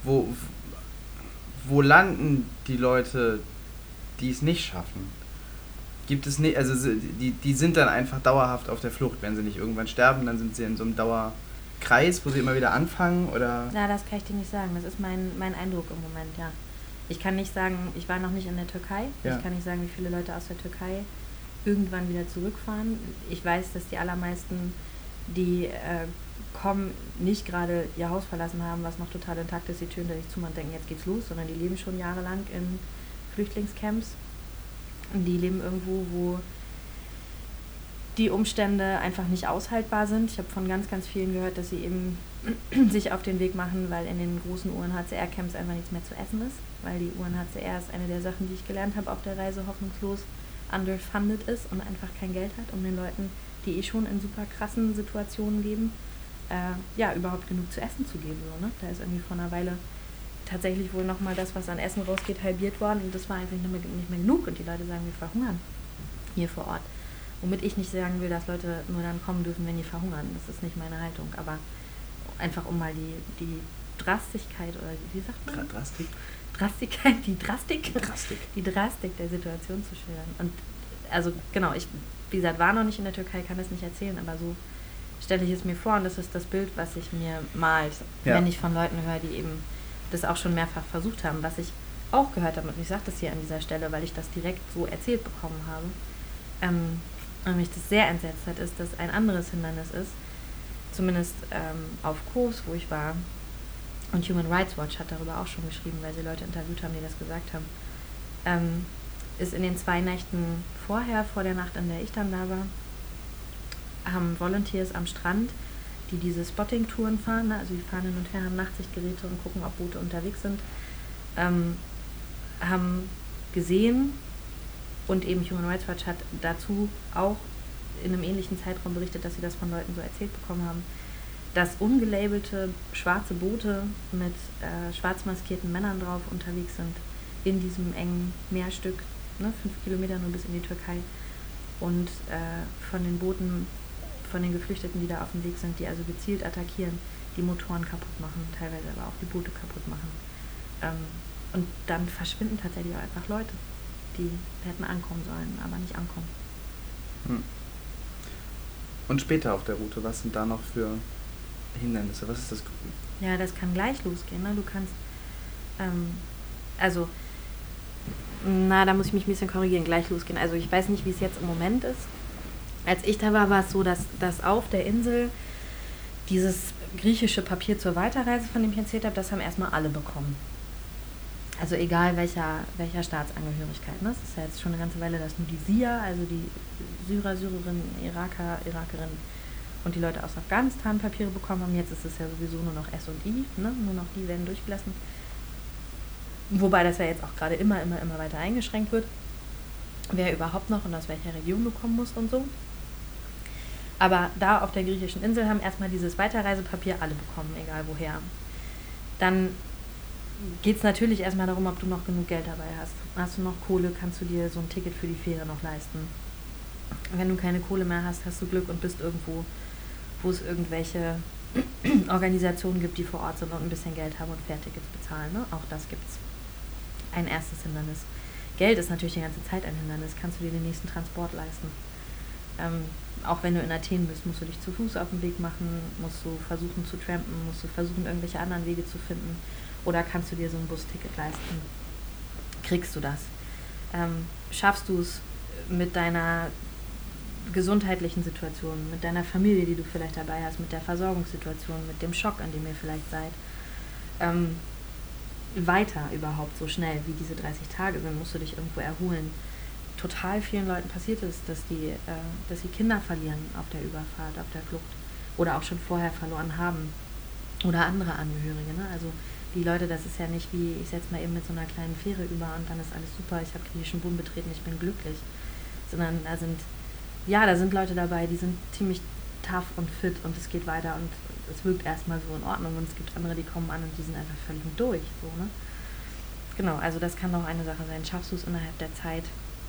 wo landen die Leute, die es nicht schaffen? Gibt es nicht, also die sind dann einfach dauerhaft auf der Flucht, wenn sie nicht irgendwann sterben, dann sind sie in so einem Dauerkreis, wo sie immer wieder anfangen, oder? Na, das kann ich dir nicht sagen, das ist mein Eindruck im Moment, ja. Ich kann nicht sagen, ich war noch nicht in der Türkei, ja. Ich kann nicht sagen, wie viele Leute aus der Türkei irgendwann wieder zurückfahren. Ich weiß, dass die allermeisten, die kommen, nicht gerade ihr Haus verlassen haben, was noch total intakt ist, die Türen da nicht zu und denken, jetzt geht's los, sondern die leben schon jahrelang in Flüchtlingscamps. Und die leben irgendwo, wo die Umstände einfach nicht aushaltbar sind. Ich habe von ganz, ganz vielen gehört, dass sie eben sich auf den Weg machen, weil in den großen UNHCR-Camps einfach nichts mehr zu essen ist, weil die UNHCR ist eine der Sachen, die ich gelernt habe auf der Reise, hoffnungslos underfunded ist und einfach kein Geld hat, um den Leuten, die schon in super krassen Situationen leben, überhaupt genug zu essen zu geben. So, ne? Da ist irgendwie vor einer Weile tatsächlich wohl nochmal das, was an Essen rausgeht, halbiert worden und das war einfach nicht mehr genug und die Leute sagen, wir verhungern hier vor Ort. Womit ich nicht sagen will, dass Leute nur dann kommen dürfen, wenn die verhungern. Das ist nicht meine Haltung, aber einfach um mal die Drastigkeit oder wie sagt man? Die Drastik der Situation zu schildern. Und also genau, ich, wie gesagt, war noch nicht in der Türkei, kann das nicht erzählen, aber so stelle ich es mir vor und das ist das Bild, was sich mir malt, wenn ich von Leuten höre, die eben das auch schon mehrfach versucht haben, was ich auch gehört habe, und ich sage das hier an dieser Stelle, weil ich das direkt so erzählt bekommen habe, und mich das sehr entsetzt hat, ist, dass ein anderes Hindernis ist, zumindest auf Kos, wo ich war, und Human Rights Watch hat darüber auch schon geschrieben, weil sie Leute interviewt haben, die das gesagt haben, ist in den 2 Nächten vorher, vor der Nacht, an der ich dann da war, haben Volunteers am Strand, die diese Spotting-Touren fahren, ne? Also die fahren hin und her, haben Nachtsichtgeräte und gucken, ob Boote unterwegs sind, haben gesehen, und eben Human Rights Watch hat dazu auch in einem ähnlichen Zeitraum berichtet, dass sie das von Leuten so erzählt bekommen haben, dass ungelabelte schwarze Boote mit schwarz maskierten Männern drauf unterwegs sind in diesem engen Meerstück, ne, 5 Kilometer nur bis in die Türkei, und von den Booten, von den Geflüchteten, die da auf dem Weg sind, die also gezielt attackieren, die Motoren kaputt machen, teilweise aber auch die Boote kaputt machen. Und dann verschwinden tatsächlich auch einfach Leute, die hätten ankommen sollen, aber nicht ankommen. Und später auf der Route, was sind da noch für Hindernisse? Was ist das? Ja, das kann gleich losgehen. Ne? Du kannst, da muss ich mich ein bisschen korrigieren, gleich losgehen. Also ich weiß nicht, wie es jetzt im Moment ist. Als ich da war, war es so, dass auf der Insel dieses griechische Papier zur Weiterreise, von dem ich erzählt habe, das haben erstmal alle bekommen. Also egal welcher Staatsangehörigkeit. Ne? Das ist ja jetzt schon eine ganze Weile, dass nur die SIA, also die Syrer, Syrerinnen, Iraker, Irakerinnen und die Leute aus Afghanistan Papiere bekommen haben. Jetzt ist es ja sowieso nur noch S und I, ne? Nur noch die werden durchgelassen. Wobei das ja jetzt auch gerade immer weiter eingeschränkt wird, wer überhaupt noch und aus welcher Region bekommen muss und so. Aber da auf der griechischen Insel haben erstmal dieses Weiterreisepapier alle bekommen, egal woher. Dann geht es natürlich erstmal darum, ob du noch genug Geld dabei hast. Hast du noch Kohle, kannst du dir so ein Ticket für die Fähre noch leisten. Wenn du keine Kohle mehr hast, hast du Glück und bist irgendwo, wo es irgendwelche Organisationen gibt, die vor Ort sind und ein bisschen Geld haben und Fährtickets bezahlen. Ne? Auch das gibt's. Ein erstes Hindernis. Geld ist natürlich die ganze Zeit ein Hindernis. Kannst du dir den nächsten Transport leisten? Auch wenn du in Athen bist, musst du dich zu Fuß auf den Weg machen, musst du versuchen zu trampen, musst du versuchen, irgendwelche anderen Wege zu finden. Oder kannst du dir so ein Busticket leisten? Kriegst du das? Schaffst du es mit deiner gesundheitlichen Situation, mit deiner Familie, die du vielleicht dabei hast, mit der Versorgungssituation, mit dem Schock, an dem ihr vielleicht seid, weiter überhaupt so schnell, wie diese 30 Tage sind, musst du dich irgendwo erholen. Total vielen Leuten passiert es, dass sie Kinder verlieren auf der Überfahrt, auf der Flucht oder auch schon vorher verloren haben oder andere Angehörige. Ne? Also die Leute, das ist ja nicht wie, ich setze mal eben mit so einer kleinen Fähre über und dann ist alles super, ich habe griechischen Boden betreten, ich bin glücklich. Sondern da sind Leute dabei, die sind ziemlich tough und fit und es geht weiter und es wirkt erstmal so in Ordnung und es gibt andere, die kommen an und die sind einfach völlig durch. So, ne? Genau, also das kann auch eine Sache sein. Schaffst du es innerhalb der Zeit?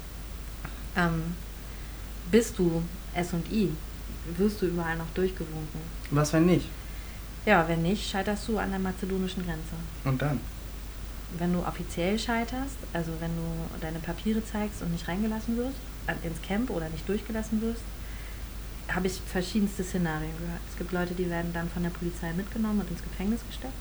Bist du S&I? Wirst du überall noch durchgewunken? Was, wenn nicht? Ja, wenn nicht, scheiterst du an der mazedonischen Grenze. Und dann? Wenn du offiziell scheiterst, also wenn du deine Papiere zeigst und nicht reingelassen wirst, ins Camp oder nicht durchgelassen wirst, habe ich verschiedenste Szenarien gehört. Es gibt Leute, die werden dann von der Polizei mitgenommen und ins Gefängnis gesteckt.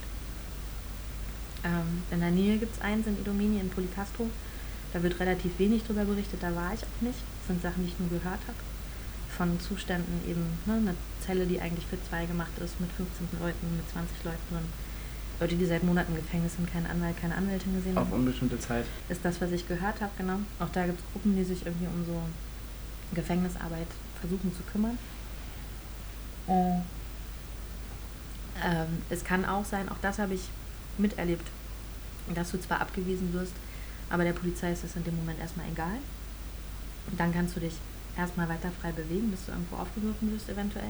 In der Nähe gibt es eins in Idomeni, in Polikastro. Da wird relativ wenig drüber berichtet, da war ich auch nicht. Das sind Sachen, die ich nur gehört habe. Von Zuständen eben, ne, eine Zelle, die eigentlich für 2 gemacht ist, mit 15 Leuten, mit 20 Leuten drin. Leute, die seit Monaten im Gefängnis sind, keinen Anwalt, keine Anwältin gesehen haben. Auf unbestimmte Zeit. Ist das, was ich gehört habe, genau. Auch da gibt es Gruppen, die sich irgendwie um so Gefängnisarbeit versuchen zu kümmern. Es kann auch sein, auch das habe ich miterlebt, dass du zwar abgewiesen wirst, aber der Polizei ist es in dem Moment erstmal egal. Und dann kannst du dich erstmal weiter frei bewegen, bis du irgendwo aufgegriffen wirst eventuell.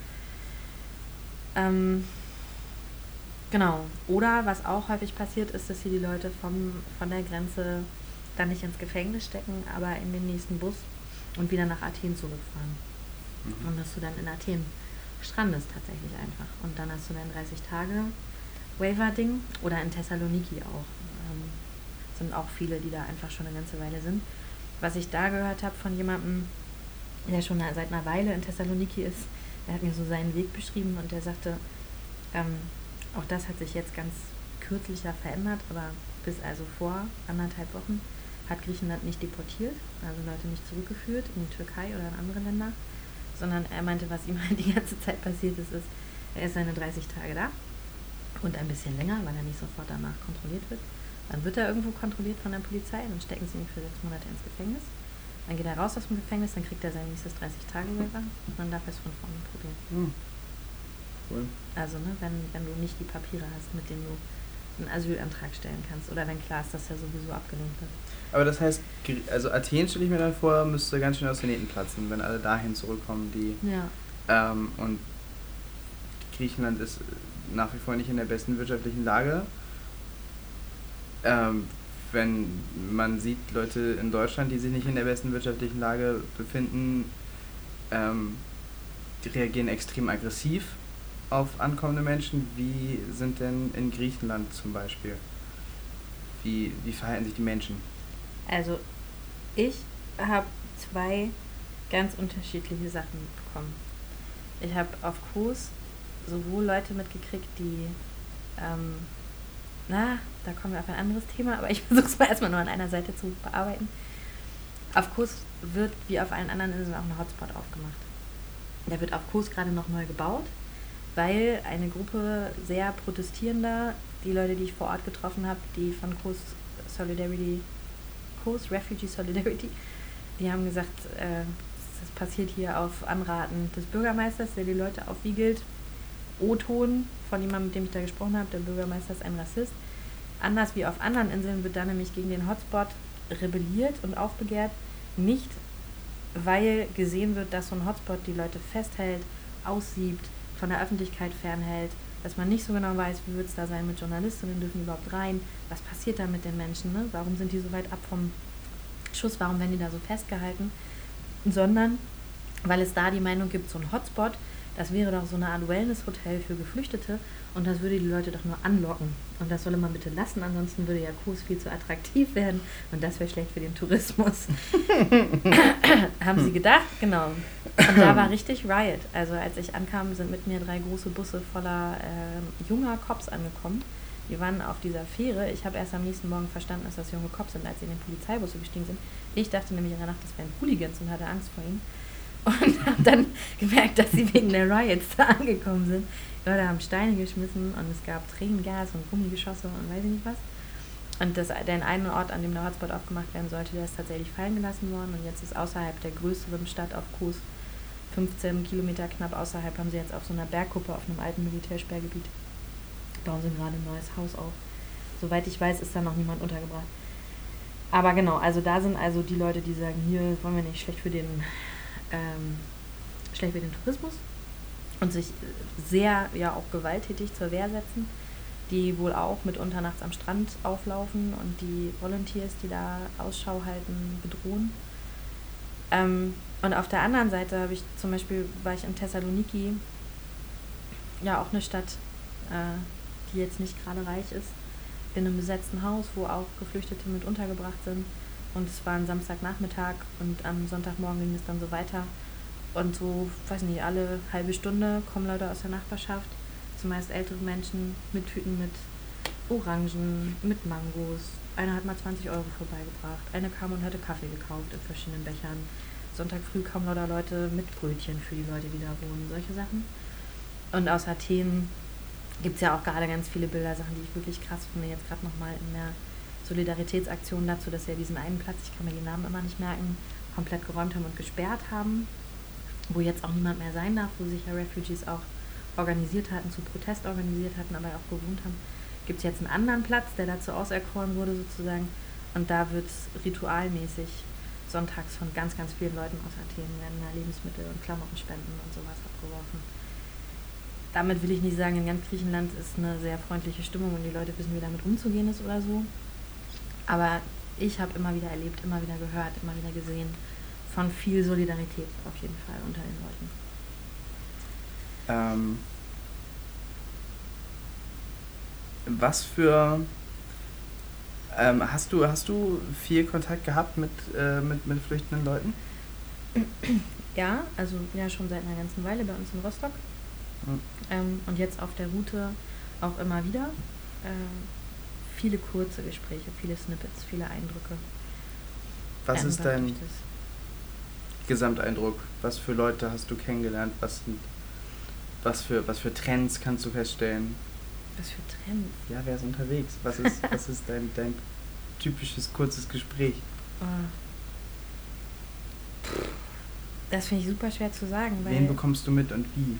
Genau. Oder was auch häufig passiert ist, dass sie die Leute von der Grenze dann nicht ins Gefängnis stecken, aber in den nächsten Bus und wieder nach Athen zurückfahren. Und dass du dann in Athen strandest tatsächlich einfach. Und dann hast du dein 30 Tage Waiver-Ding oder in Thessaloniki auch. Sind auch viele, die da einfach schon eine ganze Weile sind. Was ich da gehört habe von jemandem, der schon seit einer Weile in Thessaloniki ist, der hat mir so seinen Weg beschrieben und der sagte, auch das hat sich jetzt ganz kürzlich ja verändert, aber bis also vor 1,5 Wochen hat Griechenland nicht deportiert, also Leute nicht zurückgeführt in die Türkei oder in andere Länder, sondern er meinte, was ihm halt die ganze Zeit passiert ist, er ist seine 30 Tage da und ein bisschen länger, weil er nicht sofort danach kontrolliert wird. Dann wird er irgendwo kontrolliert von der Polizei, dann stecken sie ihn für 6 Monate ins Gefängnis. Dann geht er raus aus dem Gefängnis, dann kriegt er sein nächstes 30-Tage-Waiver und dann darf er es von vorne probieren. Cool. Also, ne, wenn du nicht die Papiere hast, mit denen du einen Asylantrag stellen kannst oder wenn klar ist, dass er sowieso abgelehnt wird. Aber das heißt, also Athen stelle ich mir dann vor, müsste ganz schön aus den Nähten platzen, wenn alle dahin zurückkommen, die... Ja. Und Griechenland ist nach wie vor nicht in der besten wirtschaftlichen Lage. Wenn man sieht, Leute in Deutschland, die sich nicht in der besten wirtschaftlichen Lage befinden, die reagieren extrem aggressiv auf ankommende Menschen. Wie sind denn in Griechenland zum Beispiel? Wie verhalten sich die Menschen? Also, ich habe 2 ganz unterschiedliche Sachen bekommen. Ich habe auf Kos sowohl Leute mitgekriegt, die, da kommen wir auf ein anderes Thema, aber ich versuche es mal erstmal nur an einer Seite zu bearbeiten. Auf Kos wird, wie auf allen anderen Inseln, auch ein Hotspot aufgemacht. Der wird auf Kos gerade noch neu gebaut, weil eine Gruppe sehr protestierender, die Leute, die ich vor Ort getroffen habe, die von Kos Refugee Solidarity, die haben gesagt, das passiert hier auf Anraten des Bürgermeisters, der die Leute aufwiegelt. O-Ton von jemandem, mit dem ich da gesprochen habe, der Bürgermeister ist ein Rassist. Anders wie auf anderen Inseln wird da nämlich gegen den Hotspot rebelliert und aufbegehrt. Nicht, weil gesehen wird, dass so ein Hotspot die Leute festhält, aussiebt, von der Öffentlichkeit fernhält, dass man nicht so genau weiß, wie wird es da sein mit Journalistinnen, dürfen die überhaupt rein, was passiert da mit den Menschen, ne? Warum sind die so weit ab vom Schuss, warum werden die da so festgehalten, sondern weil es da die Meinung gibt, so ein Hotspot, das wäre doch so eine Art Wellness-Hotel für Geflüchtete und das würde die Leute doch nur anlocken. Und das solle man bitte lassen, ansonsten würde ja Kos viel zu attraktiv werden und das wäre schlecht für den Tourismus. Haben sie gedacht, genau. Und da war richtig Riot. Also als ich ankam, sind mit mir 3 große Busse voller junger Cops angekommen. Die waren auf dieser Fähre. Ich habe erst am nächsten Morgen verstanden, dass das junge Cops sind, als sie in den Polizeibusse gestiegen sind. Ich dachte nämlich in der Nacht, das wären Hooligans und hatte Angst vor ihnen. Und habe dann gemerkt, dass sie wegen der Riots da angekommen sind. Die Leute haben Steine geschmissen und es gab Tränengas und Gummigeschosse und weiß ich nicht was. Und den einen Ort, an dem der Hotspot aufgemacht werden sollte, der ist tatsächlich fallen gelassen worden. Und jetzt ist außerhalb der größeren Stadt auf Kos, 15 Kilometer knapp außerhalb, haben sie jetzt auf so einer Bergkuppe auf einem alten Militärsperrgebiet, bauen sie gerade ein neues Haus auf. Soweit ich weiß, ist da noch niemand untergebracht. Aber genau, also da sind also die Leute, die sagen, hier wollen wir nicht schlecht für den Tourismus und sich sehr ja auch gewalttätig zur Wehr setzen, die wohl auch mitunter nachts am Strand auflaufen und die Volunteers, die da Ausschau halten, bedrohen. Und auf der anderen Seite habe ich zum Beispiel, war ich in Thessaloniki, ja auch eine Stadt, die jetzt nicht gerade reich ist, in einem besetzten Haus, wo auch Geflüchtete mit untergebracht sind. Und es war ein Samstagnachmittag und am Sonntagmorgen ging es dann so weiter. Und so, weiß nicht, alle halbe Stunde kommen Leute aus der Nachbarschaft, zumeist ältere Menschen mit Tüten mit Orangen, mit Mangos. Einer hat mal 20 Euro vorbeigebracht. Eine kam und hatte Kaffee gekauft in verschiedenen Bechern. Sonntag früh kamen lauter Leute mit Brötchen für die Leute, die da wohnen, solche Sachen. Und aus Athen gibt es ja auch gerade ganz viele Bilder, Sachen, die ich wirklich krass finde. Jetzt gerade nochmal in der Solidaritätsaktion dazu, dass sie ja diesen einen Platz, ich kann mir die Namen immer nicht merken, komplett geräumt haben und gesperrt haben, wo jetzt auch niemand mehr sein darf, wo sich ja Refugees auch organisiert hatten, zu Protest organisiert hatten, aber auch gewohnt haben, gibt es jetzt einen anderen Platz, der dazu auserkoren wurde sozusagen, und da wird ritualmäßig sonntags von ganz, ganz vielen Leuten aus Athen werden da Lebensmittel und Klamottenspenden und sowas abgeworfen. Damit will ich nicht sagen, in ganz Griechenland ist eine sehr freundliche Stimmung und die Leute wissen, wie damit umzugehen ist oder so. Aber ich habe immer wieder erlebt, immer wieder gehört, immer wieder gesehen von viel Solidarität auf jeden Fall unter den Leuten. Was für... Hast du viel Kontakt gehabt mit flüchtenden Leuten? Ja, also ja schon seit einer ganzen Weile bei uns in Rostock. Und jetzt auf der Route auch immer wieder. Viele kurze Gespräche, viele Snippets, viele Eindrücke. Was ist dein durch das. Gesamteindruck? Was für Leute hast du kennengelernt? Was für Trends kannst du feststellen? Was für Trends? Ja, wer ist unterwegs? Was ist dein typisches kurzes Gespräch? Oh. Das finde ich super schwer zu sagen, weil... Wen bekommst du mit und wie?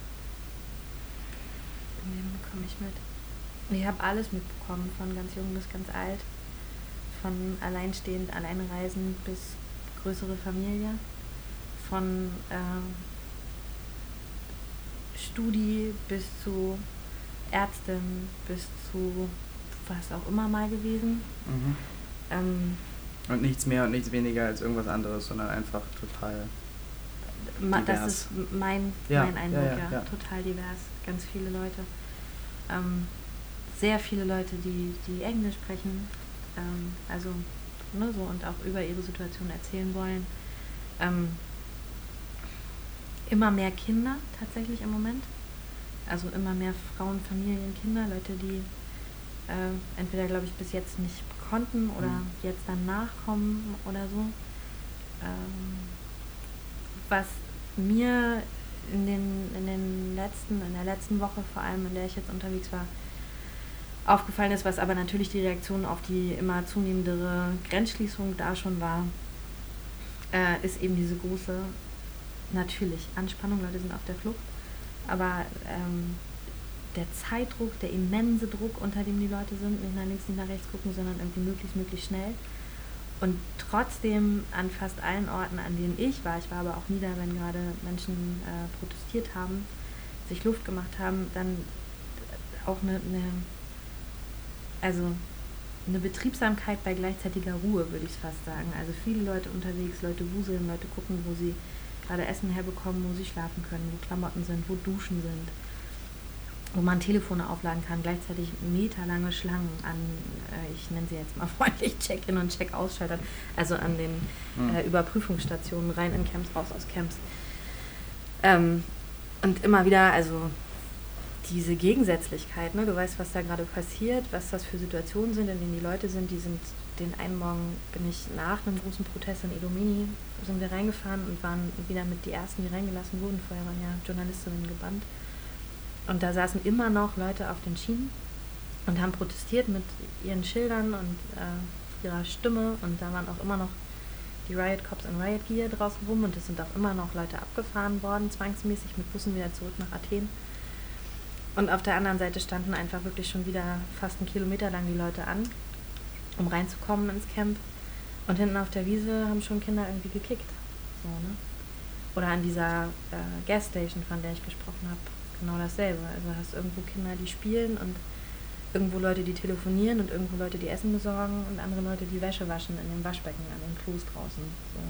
Wen bekomme ich mit? Ich habe alles mitbekommen, von ganz jung bis ganz alt. Von alleinstehend, alleinreisend bis größere Familie. Von Studi bis zu Ärztin, bis zu was auch immer mal gewesen. Und nichts mehr und nichts weniger als irgendwas anderes, sondern einfach total divers. Das ist mein Eindruck, ja. Total divers. Ganz viele Leute. Sehr viele Leute, die Englisch sprechen. Also, ne, so und auch über ihre Situation erzählen wollen. Immer mehr Kinder tatsächlich im Moment. Also immer mehr Frauen, Familien, Kinder, Leute, die entweder, glaube ich, bis jetzt nicht konnten oder jetzt dann nachkommen oder so. Was mir in der letzten Woche vor allem, in der ich jetzt unterwegs war, aufgefallen ist, was aber natürlich die Reaktion auf die immer zunehmendere Grenzschließung da schon war, ist eben diese große, natürlich, Anspannung, Leute sind auf der Flucht, aber der Zeitdruck, der immense Druck, unter dem die Leute sind, nicht nach links, nicht nach rechts gucken, sondern irgendwie möglichst schnell. Und trotzdem an fast allen Orten, an denen ich war aber auch nie da, wenn gerade Menschen protestiert haben, sich Luft gemacht haben, dann auch eine Betriebsamkeit bei gleichzeitiger Ruhe, würde ich fast sagen. Also viele Leute unterwegs, Leute wuseln, Leute gucken, wo sie gerade Essen herbekommen, wo sie schlafen können, wo Klamotten sind, wo Duschen sind, wo man Telefone aufladen kann, gleichzeitig meterlange Schlangen an, ich nenne sie jetzt mal freundlich, Check-in und Check-Ausschaltern, also an den Überprüfungsstationen, rein in Camps, raus aus Camps. Und immer wieder, also diese Gegensätzlichkeit, ne? Du weißt, was da gerade passiert, was das für Situationen sind, in denen die Leute sind, den einen Morgen bin ich nach einem großen Protest in Idomeni, sind wir reingefahren und waren wieder mit die Ersten, die reingelassen wurden, vorher waren ja Journalistinnen gebannt. Und da saßen immer noch Leute auf den Schienen und haben protestiert mit ihren Schildern und ihrer Stimme. Und da waren auch immer noch die Riot Cops in Riot Gear draußen rum. Und es sind auch immer noch Leute abgefahren worden, zwangsmäßig mit Bussen wieder zurück nach Athen. Und auf der anderen Seite standen einfach wirklich schon wieder fast 1 Kilometer lang die Leute an, um reinzukommen ins Camp. Und hinten auf der Wiese haben schon Kinder irgendwie gekickt. So, ne? Oder an dieser Gasstation, von der ich gesprochen habe. Genau dasselbe. Also hast irgendwo Kinder, die spielen und irgendwo Leute, die telefonieren und irgendwo Leute, die Essen besorgen und andere Leute, die Wäsche waschen in den Waschbecken an den Klos draußen.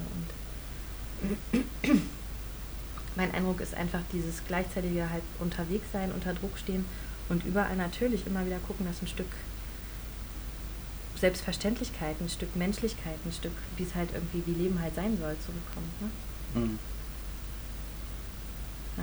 So, und mein Eindruck ist einfach dieses gleichzeitige halt unterwegs sein, unter Druck stehen und überall natürlich immer wieder gucken, dass ein Stück Selbstverständlichkeit, ein Stück Menschlichkeit, ein Stück, wie es halt irgendwie, wie Leben halt sein soll, zurückkommt. Ne? Mhm. Ja.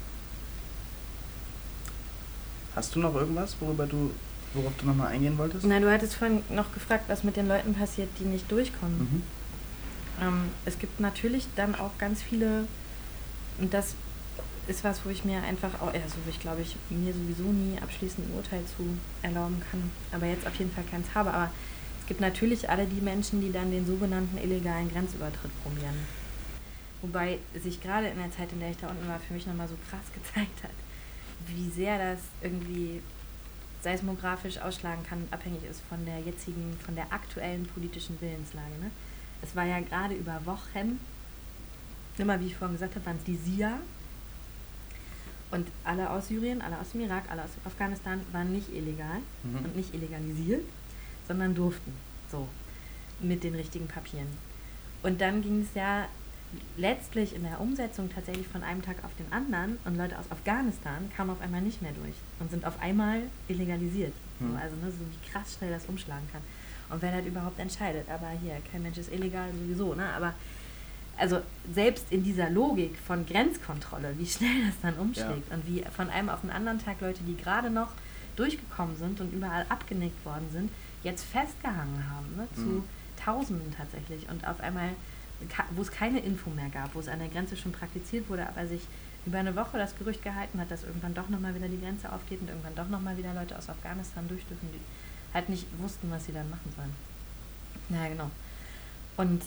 Hast du noch irgendwas, worauf du nochmal eingehen wolltest? Na, du hattest vorhin noch gefragt, was mit den Leuten passiert, die nicht durchkommen. Es gibt natürlich dann auch ganz viele, und das ist was, wo ich mir einfach auch, also wo ich glaube ich mir sowieso nie abschließend ein Urteil zu erlauben kann, aber jetzt auf jeden Fall keins habe, aber es gibt natürlich alle die Menschen, die dann den sogenannten illegalen Grenzübertritt probieren. Wobei sich gerade in der Zeit, in der ich da unten war, für mich nochmal so krass gezeigt hat, wie sehr das irgendwie seismografisch ausschlagen kann, abhängig ist von der aktuellen politischen Willenslage. Ne? Es war ja gerade über Wochen, immer wie ich vorhin gesagt habe, waren es die SIA und alle aus Syrien, alle aus dem Irak, alle aus Afghanistan waren nicht illegal und nicht illegalisiert, sondern durften, so, mit den richtigen Papieren. Und dann ging es ja letztlich in der Umsetzung tatsächlich von einem Tag auf den anderen und Leute aus Afghanistan kamen auf einmal nicht mehr durch und sind auf einmal illegalisiert. So, also ne, so wie krass schnell das umschlagen kann. Und wer das überhaupt entscheidet. Aber hier, kein Mensch ist illegal sowieso. Ne? Aber also selbst in dieser Logik von Grenzkontrolle, wie schnell das dann umschlägt und wie von einem auf den anderen Tag Leute, die gerade noch durchgekommen sind und überall abgenickt worden sind, jetzt festgehangen haben, ne? Zu Tausenden tatsächlich. Und auf einmal, wo es keine Info mehr gab, wo es an der Grenze schon praktiziert wurde, aber sich über eine Woche das Gerücht gehalten hat, dass irgendwann doch nochmal wieder die Grenze aufgeht und irgendwann doch nochmal wieder Leute aus Afghanistan durch dürfen, die halt nicht wussten, was sie dann machen sollen. Naja, genau. Und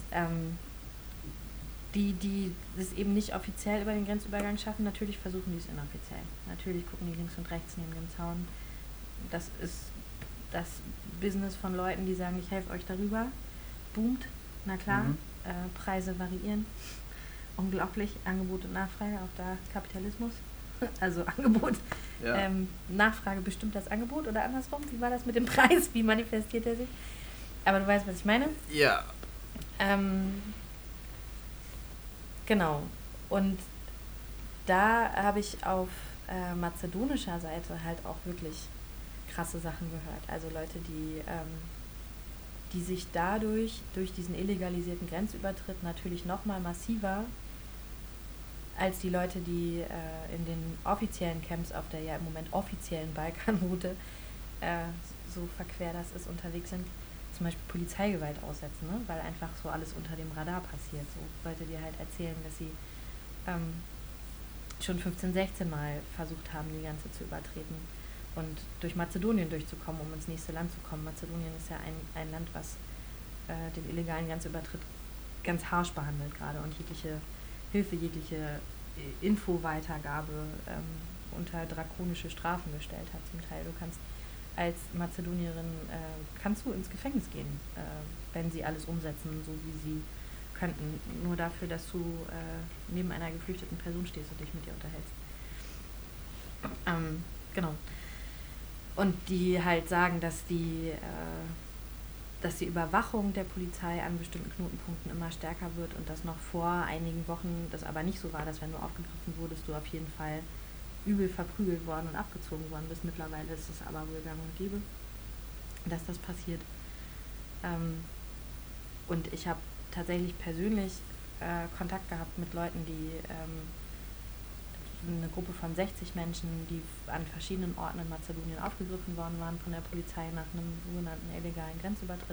die es eben nicht offiziell über den Grenzübergang schaffen, natürlich versuchen die es inoffiziell. Natürlich gucken die links und rechts neben dem Zaun. Das ist das Business von Leuten, die sagen, ich helfe euch darüber. Boomt, na klar. Preise variieren. Unglaublich, Angebot und Nachfrage, auch da Kapitalismus. Also Angebot, Ja. Nachfrage bestimmt das Angebot oder andersrum. Wie war das mit dem Preis? Wie manifestiert er sich? Aber du weißt, was ich meine. Ja. Genau. Und da habe ich auf mazedonischer Seite halt auch wirklich krasse Sachen gehört. Also Leute, die sich dadurch, durch diesen illegalisierten Grenzübertritt natürlich nochmal massiver als die Leute, die in den offiziellen Camps auf der ja im Moment offiziellen Balkanroute, so verquer das ist, unterwegs sind, zum Beispiel Polizeigewalt aussetzen, ne? Weil einfach so alles unter dem Radar passiert. So Leute, die halt erzählen, dass sie schon 15, 16 Mal versucht haben, die Grenze zu übertreten und durch Mazedonien durchzukommen, um ins nächste Land zu kommen. Mazedonien ist ja ein Land, was den illegalen Grenzübertritt ganz harsch behandelt gerade und jegliche Hilfe, jegliche Infoweitergabe unter drakonische Strafen gestellt hat zum Teil. Du kannst als Mazedonierin kannst du ins Gefängnis gehen, wenn sie alles umsetzen, so wie sie könnten. Nur dafür, dass du neben einer geflüchteten Person stehst und dich mit ihr unterhältst. Genau. Und die halt sagen, dass die Überwachung der Polizei an bestimmten Knotenpunkten immer stärker wird und dass noch vor einigen Wochen das aber nicht so war, dass wenn du aufgegriffen wurdest, du auf jeden Fall übel verprügelt worden und abgezogen worden bist. Mittlerweile ist es aber wohl gang und gäbe, dass das passiert. Und ich habe tatsächlich persönlich Kontakt gehabt mit Leuten, die eine Gruppe von 60 Menschen, die an verschiedenen Orten in Mazedonien aufgegriffen worden waren von der Polizei nach einem sogenannten illegalen Grenzübertritt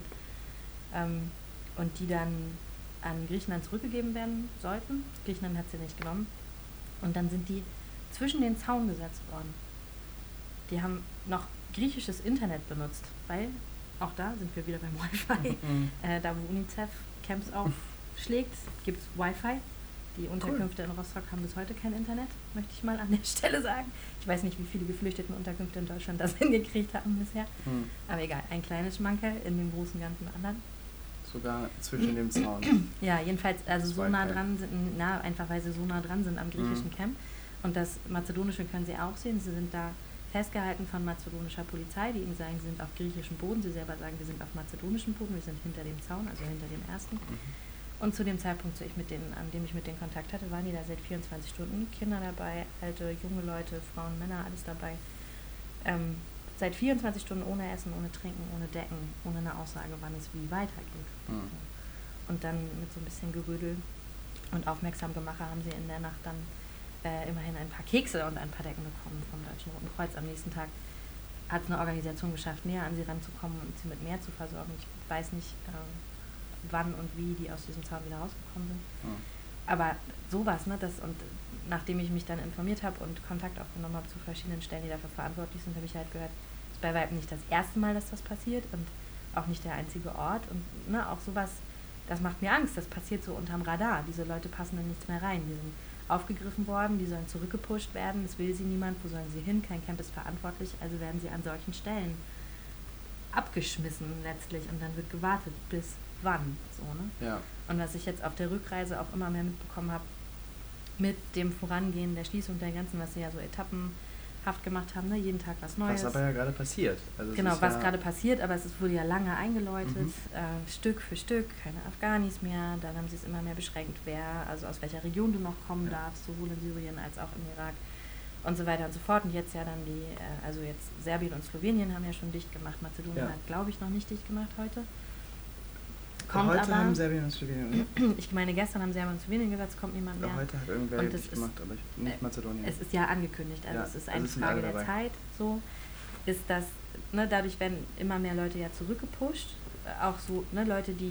und die dann an Griechenland zurückgegeben werden sollten. Griechenland hat sie nicht genommen. Und dann sind die zwischen den Zaun gesetzt worden. Die haben noch griechisches Internet benutzt, weil auch da sind wir wieder beim Wi-Fi. Da wo UNICEF Camps aufschlägt, gibt es Wi-Fi. Die Unterkünfte in Rostock haben bis heute kein Internet, möchte ich mal an der Stelle sagen. Ich weiß nicht, wie viele Geflüchtetenunterkünfte in Deutschland das hingekriegt haben bisher. Aber egal, ein kleines Schmankerl in dem großen ganzen anderen. Sogar zwischen dem Zaun. Ja, jedenfalls, also das so Wi-Fi. nah dran sind, einfach weil sie so nah dran sind am griechischen Camp. Und das Mazedonische können sie auch sehen. Sie sind da festgehalten von mazedonischer Polizei, die ihnen sagen, sie sind auf griechischem Boden. Sie selber sagen, wir sind auf mazedonischem Boden, wir sind hinter dem Zaun, also hinter dem ersten. Und zu dem Zeitpunkt, an dem ich mit denen Kontakt hatte, waren die da seit 24 Stunden. Kinder dabei, alte, junge Leute, Frauen, Männer, alles dabei. Seit 24 Stunden ohne Essen, ohne Trinken, ohne Decken, ohne eine Aussage, wann es wie weitergeht. Und dann mit so ein bisschen Gerödel und Aufmerksamgemacher haben sie in der Nacht dann immerhin ein paar Kekse und ein paar Decken bekommen vom Deutschen Roten Kreuz. Am nächsten Tag hat es eine Organisation geschafft, näher an sie ranzukommen und sie mit mehr zu versorgen. Ich weiß nicht, wann und wie die aus diesem Zaun wieder rausgekommen sind. Aber sowas, ne, und nachdem ich mich dann informiert habe und Kontakt aufgenommen habe zu verschiedenen Stellen, die dafür verantwortlich sind, habe ich halt gehört, es ist bei weitem nicht das erste Mal, dass das passiert und auch nicht der einzige Ort. Und ne, auch sowas, das macht mir Angst, das passiert so unterm Radar. Diese Leute passen in nichts mehr rein. Die sind aufgegriffen worden, die sollen zurückgepusht werden, das will sie niemand, wo sollen sie hin? Kein Camp ist verantwortlich, also werden sie an solchen Stellen abgeschmissen letztlich und dann wird gewartet, bis wann, so, ne? Ja. Und was ich jetzt auf der Rückreise auch immer mehr mitbekommen habe, mit dem Vorangehen der Schließung der Grenzen, was sie ja so etappenhaft gemacht haben, ne? Jeden Tag was Neues. Was aber ja gerade passiert. Also genau, was gerade passiert, aber wurde ja lange eingeläutet, Stück für Stück, keine Afghanis mehr, dann haben sie es immer mehr beschränkt, also aus welcher Region du noch kommen darfst, sowohl in Syrien als auch im Irak und so weiter und so fort. Und jetzt ja dann also jetzt Serbien und Slowenien haben ja schon dicht gemacht, Mazedonien hat, glaube ich, noch nicht dicht gemacht heute. Kommt heute aber, haben Serbien und Slowenien, oder? Ich meine, gestern haben Serbien und Slowenien gesagt, es kommt niemand mehr. Heute hat irgendwer Und dicht gemacht, aber nicht Mazedonien. Es ist ja angekündigt, also es ist eine Frage der Zeit, so ist das, ne, dadurch werden immer mehr Leute ja zurückgepusht, auch so, ne, Leute, die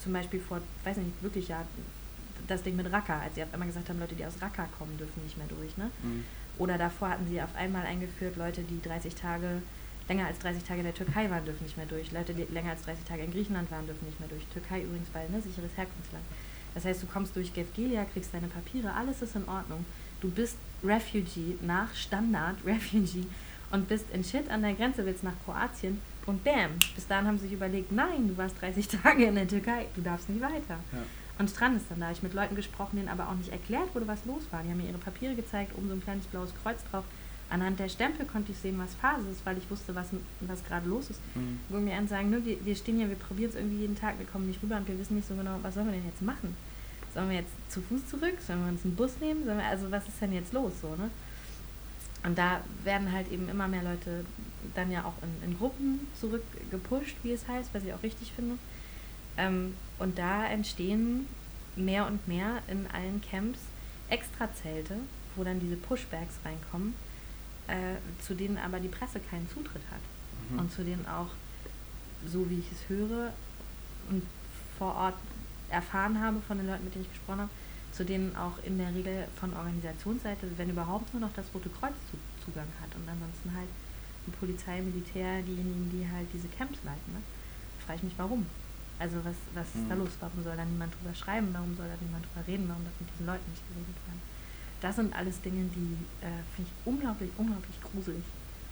zum Beispiel vor, weiß nicht, wirklich ja, das Ding mit Raqqa, als sie auf einmal gesagt haben, Leute, die aus Raqqa kommen, dürfen nicht mehr durch, ne? Oder davor hatten sie auf einmal eingeführt, Leute, die länger als 30 Tage in der Türkei waren, dürfen nicht mehr durch. Leute, die länger als 30 Tage in Griechenland waren, dürfen nicht mehr durch. Türkei übrigens, weil, ne, sicheres Herkunftsland. Das heißt, du kommst durch Gevgelia, kriegst deine Papiere, alles ist in Ordnung. Du bist Refugee, nach Standard Refugee und bist in Shit an der Grenze, willst nach Kroatien und bam, bis dahin haben sie sich überlegt, nein, du warst 30 Tage in der Türkei, du darfst nicht weiter. Ja. Und Strand ist dann da. Ich habe mit Leuten gesprochen, denen aber auch nicht erklärt wurde, was los war. Die haben mir ihre Papiere gezeigt, oben so ein kleines blaues Kreuz drauf. Anhand der Stempel konnte ich sehen, was Phase ist, weil ich wusste, was gerade los ist. Wo mir an sagen, ne, wir stehen hier, wir probieren es irgendwie jeden Tag, wir kommen nicht rüber und wir wissen nicht so genau, was sollen wir denn jetzt machen? Sollen wir jetzt zu Fuß zurück? Sollen wir uns einen Bus nehmen? Also was ist denn jetzt los? So, ne? Und da werden halt eben immer mehr Leute dann ja auch in Gruppen zurückgepusht, wie es heißt, was ich auch richtig finde. Und da entstehen mehr und mehr in allen Camps Extrazelte, wo dann diese Pushbacks reinkommen, zu denen aber die Presse keinen Zutritt hat. Und zu denen auch, so wie ich es höre und vor Ort erfahren habe von den Leuten, mit denen ich gesprochen habe, zu denen auch in der Regel von Organisationsseite, wenn überhaupt, nur noch das Rote Kreuz Zugang hat und ansonsten halt die Polizei, Militär, diejenigen, die halt diese Camps leiten. Ne? Da frage ich mich, warum? Also was ist da los? Warum soll da niemand drüber schreiben? Warum soll da niemand drüber reden? Warum darf mit diesen Leuten nicht geredet werden? Das sind alles Dinge, die finde ich unglaublich, unglaublich gruselig.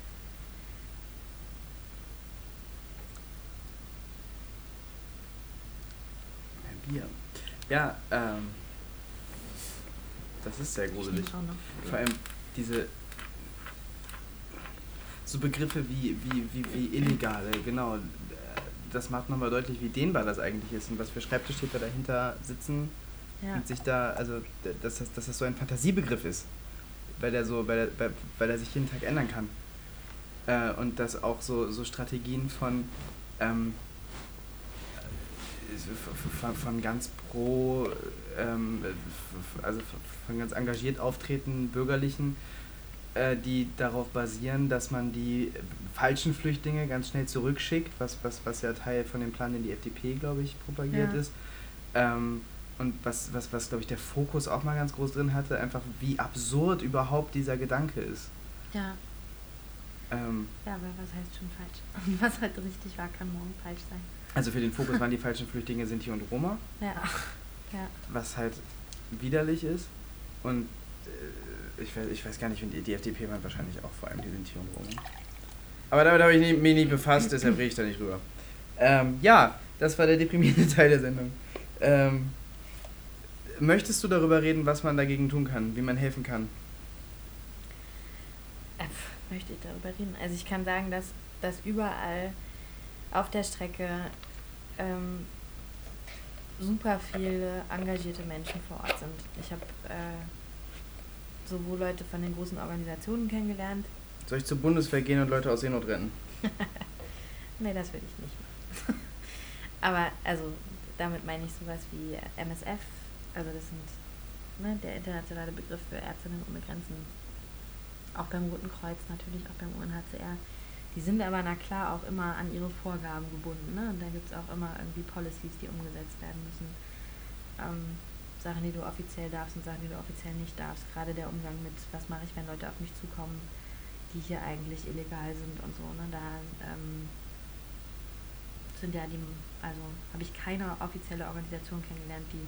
Bier. Ja, das ist sehr gruselig. Vor allem diese so Begriffe wie Illegale, genau. Das macht nochmal deutlich, wie dehnbar das eigentlich ist und was für Schreibtischtäter dahinter sitzen und sich da, also dass das so ein Fantasiebegriff ist, weil er sich jeden Tag ändern kann. Und dass auch so Strategien von ganz also von ganz engagiert auftretenden Bürgerlichen, die darauf basieren, dass man die falschen Flüchtlinge ganz schnell zurückschickt, was ja Teil von dem Plan, den die FDP, glaube ich, propagiert ist. Und was glaube ich, der Fokus auch mal ganz groß drin hatte, einfach wie absurd überhaupt dieser Gedanke ist. Ja. Ja, aber was heißt schon falsch? Und was heute richtig war, kann morgen falsch sein. Also für den Fokus waren die falschen Flüchtlinge Sinti und Roma. Ja. Was halt widerlich ist. Und ich weiß gar nicht, die FDP waren wahrscheinlich auch vor allem die Sinti und Roma. Aber damit habe ich mich nicht befasst, deshalb rede ich da nicht drüber. Ja, das war der deprimierende Teil der Sendung. Möchtest du darüber reden, was man dagegen tun kann, wie man helfen kann? Möchte ich darüber reden? Also ich kann sagen, dass überall auf der Strecke super viele engagierte Menschen vor Ort sind. Ich habe sowohl Leute von den großen Organisationen kennengelernt. Soll ich zur Bundeswehr gehen und Leute aus Seenot retten? Nee, das will ich nicht machen. Aber also damit meine ich sowas wie MSF, also das sind der internationale Begriff für Ärztinnen ohne Grenzen. Auch beim Roten Kreuz natürlich, auch beim UNHCR. Die sind aber na klar auch immer an ihre Vorgaben gebunden. Ne? Und da gibt es auch immer irgendwie Policies, die umgesetzt werden müssen. Sachen, die du offiziell darfst und Sachen, die du offiziell nicht darfst. Gerade der Umgang mit, was mache ich, wenn Leute auf mich zukommen, die hier eigentlich illegal sind und so. Ne? Da sind ja also habe ich keine offizielle Organisation kennengelernt, die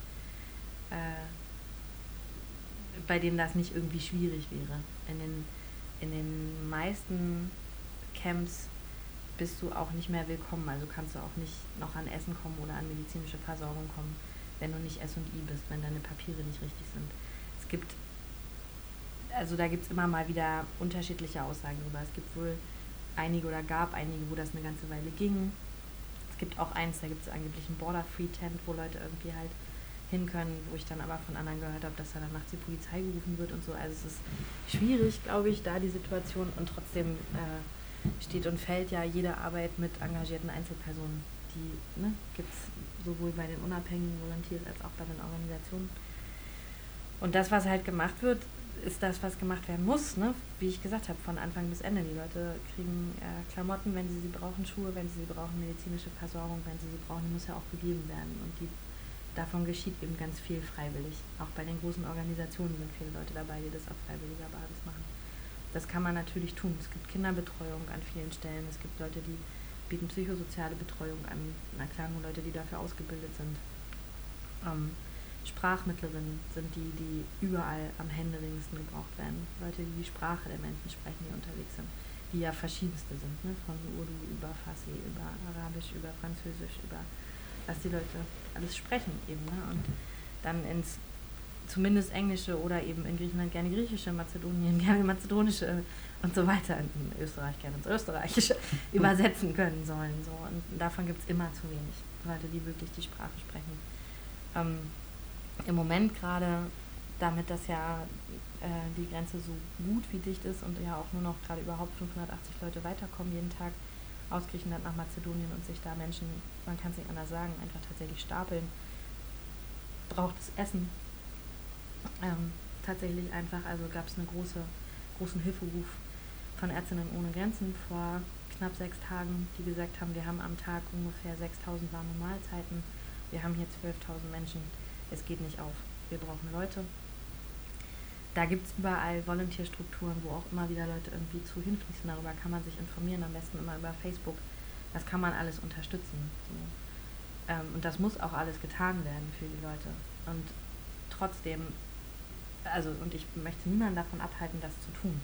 bei denen das nicht irgendwie schwierig wäre. In den meisten Camps bist du auch nicht mehr willkommen, also kannst du auch nicht noch an Essen kommen oder an medizinische Versorgung kommen, wenn du nicht S&I bist, wenn deine Papiere nicht richtig sind. Da gibt es immer mal wieder unterschiedliche Aussagen darüber. Es gibt wohl einige oder gab einige, wo das eine ganze Weile ging. Es gibt auch eins, da gibt es angeblich ein Border-Free-Tent, wo Leute irgendwie halt hin können, wo ich dann aber von anderen gehört habe, dass da dann nachts die Polizei gerufen wird und so. Also es ist schwierig, glaube ich, da die Situation, und trotzdem steht und fällt ja jede Arbeit mit engagierten Einzelpersonen. Die gibt es sowohl bei den unabhängigen Volunteers als auch bei den Organisationen. Und das, was halt gemacht wird, ist das, was gemacht werden muss, ne? Wie ich gesagt habe, von Anfang bis Ende. Die Leute kriegen Klamotten, wenn sie brauchen, Schuhe, wenn sie brauchen, medizinische Versorgung, wenn sie brauchen, die muss ja auch gegeben werden. Und davon geschieht eben ganz viel freiwillig. Auch bei den großen Organisationen sind viele Leute dabei, die das auf freiwilliger Basis machen. Das kann man natürlich tun. Es gibt Kinderbetreuung an vielen Stellen. Es gibt Leute, die bieten psychosoziale Betreuung an. Na klar, nur Leute, die dafür ausgebildet sind. Sprachmittlerinnen sind die überall am händeringsten gebraucht werden. Leute, die Sprache der Menschen sprechen, die unterwegs sind, die ja verschiedenste sind, ne? Von Urdu über Farsi, über Arabisch, über Französisch, über was die Leute alles sprechen eben, ne? Und dann ins zumindest Englische oder eben in Griechenland gerne Griechische, Mazedonien gerne Mazedonische und so weiter, in Österreich gerne ins Österreichische übersetzen können sollen. So. Und davon gibt es immer zu wenig Leute, die wirklich die Sprache sprechen. Im Moment gerade, damit das ja die Grenze so gut wie dicht ist und ja auch nur noch gerade überhaupt 580 Leute weiterkommen jeden Tag aus Griechenland nach Mazedonien und sich da Menschen, man kann es nicht anders sagen, einfach tatsächlich stapeln, braucht es Essen. Tatsächlich einfach, also gab es einen großen Hilferuf von Ärztinnen ohne Grenzen vor knapp 6 Tagen, die gesagt haben, wir haben am Tag ungefähr 6.000 warme Mahlzeiten, wir haben hier 12.000 Menschen, es geht nicht auf, wir brauchen Leute. Da gibt es überall Volontierstrukturen, wo auch immer wieder Leute irgendwie zu hinfließen, darüber kann man sich informieren, am besten immer über Facebook, das kann man alles unterstützen. So. Und das muss auch alles getan werden für die Leute. Und trotzdem, und ich möchte niemanden davon abhalten, das zu tun.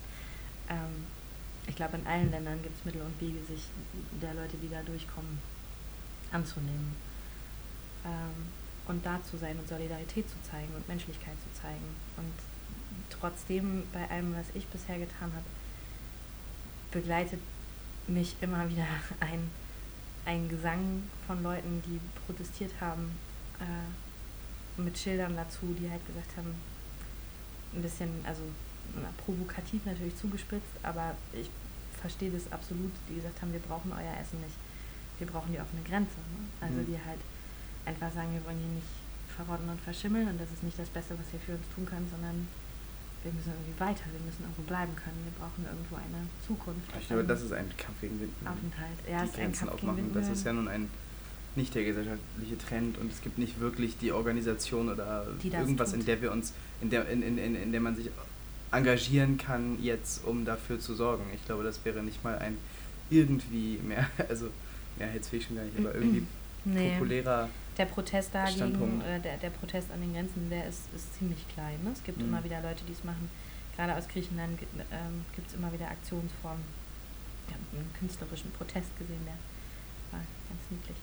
Ich glaube, in allen Ländern gibt es Mittel und Wege, sich der Leute, die da durchkommen, anzunehmen. Und da zu sein und Solidarität zu zeigen und Menschlichkeit zu zeigen. Und trotzdem, bei allem, was ich bisher getan habe, begleitet mich immer wieder ein Gesang von Leuten, die protestiert haben, mit Schildern dazu, die halt gesagt haben, ein bisschen, also provokativ natürlich zugespitzt, aber ich verstehe das absolut, die gesagt haben, wir brauchen euer Essen nicht, wir brauchen die offene Grenze. Ne? Also die halt einfach sagen, wir wollen hier nicht verrotten und verschimmeln und das ist nicht das Beste, was wir für uns tun können, sondern wir müssen irgendwie weiter, wir müssen irgendwo bleiben können, wir brauchen irgendwo eine Zukunft. Ich glaube, das ist ein Kampf gegen Windmühlen. Aufenthalt. Ja, die Grenzen aufmachen, das ist ja nun nicht der gesellschaftliche Trend und es gibt nicht wirklich die Organisation oder irgendwas, in der wir uns, in der man sich engagieren kann jetzt, um dafür zu sorgen. Ich glaube, das wäre nicht mal ein irgendwie mehr, also mehrheitsfähig schon gar nicht, aber irgendwie populärer der Protest dagegen, Standpunkt. Der Protest an den Grenzen, der ist ziemlich klein. Ne? Es gibt immer wieder Leute, die es machen. Gerade aus Griechenland gibt es immer wieder Aktionsformen. Ich habe einen künstlerischen Protest gesehen, der war ganz niedlich.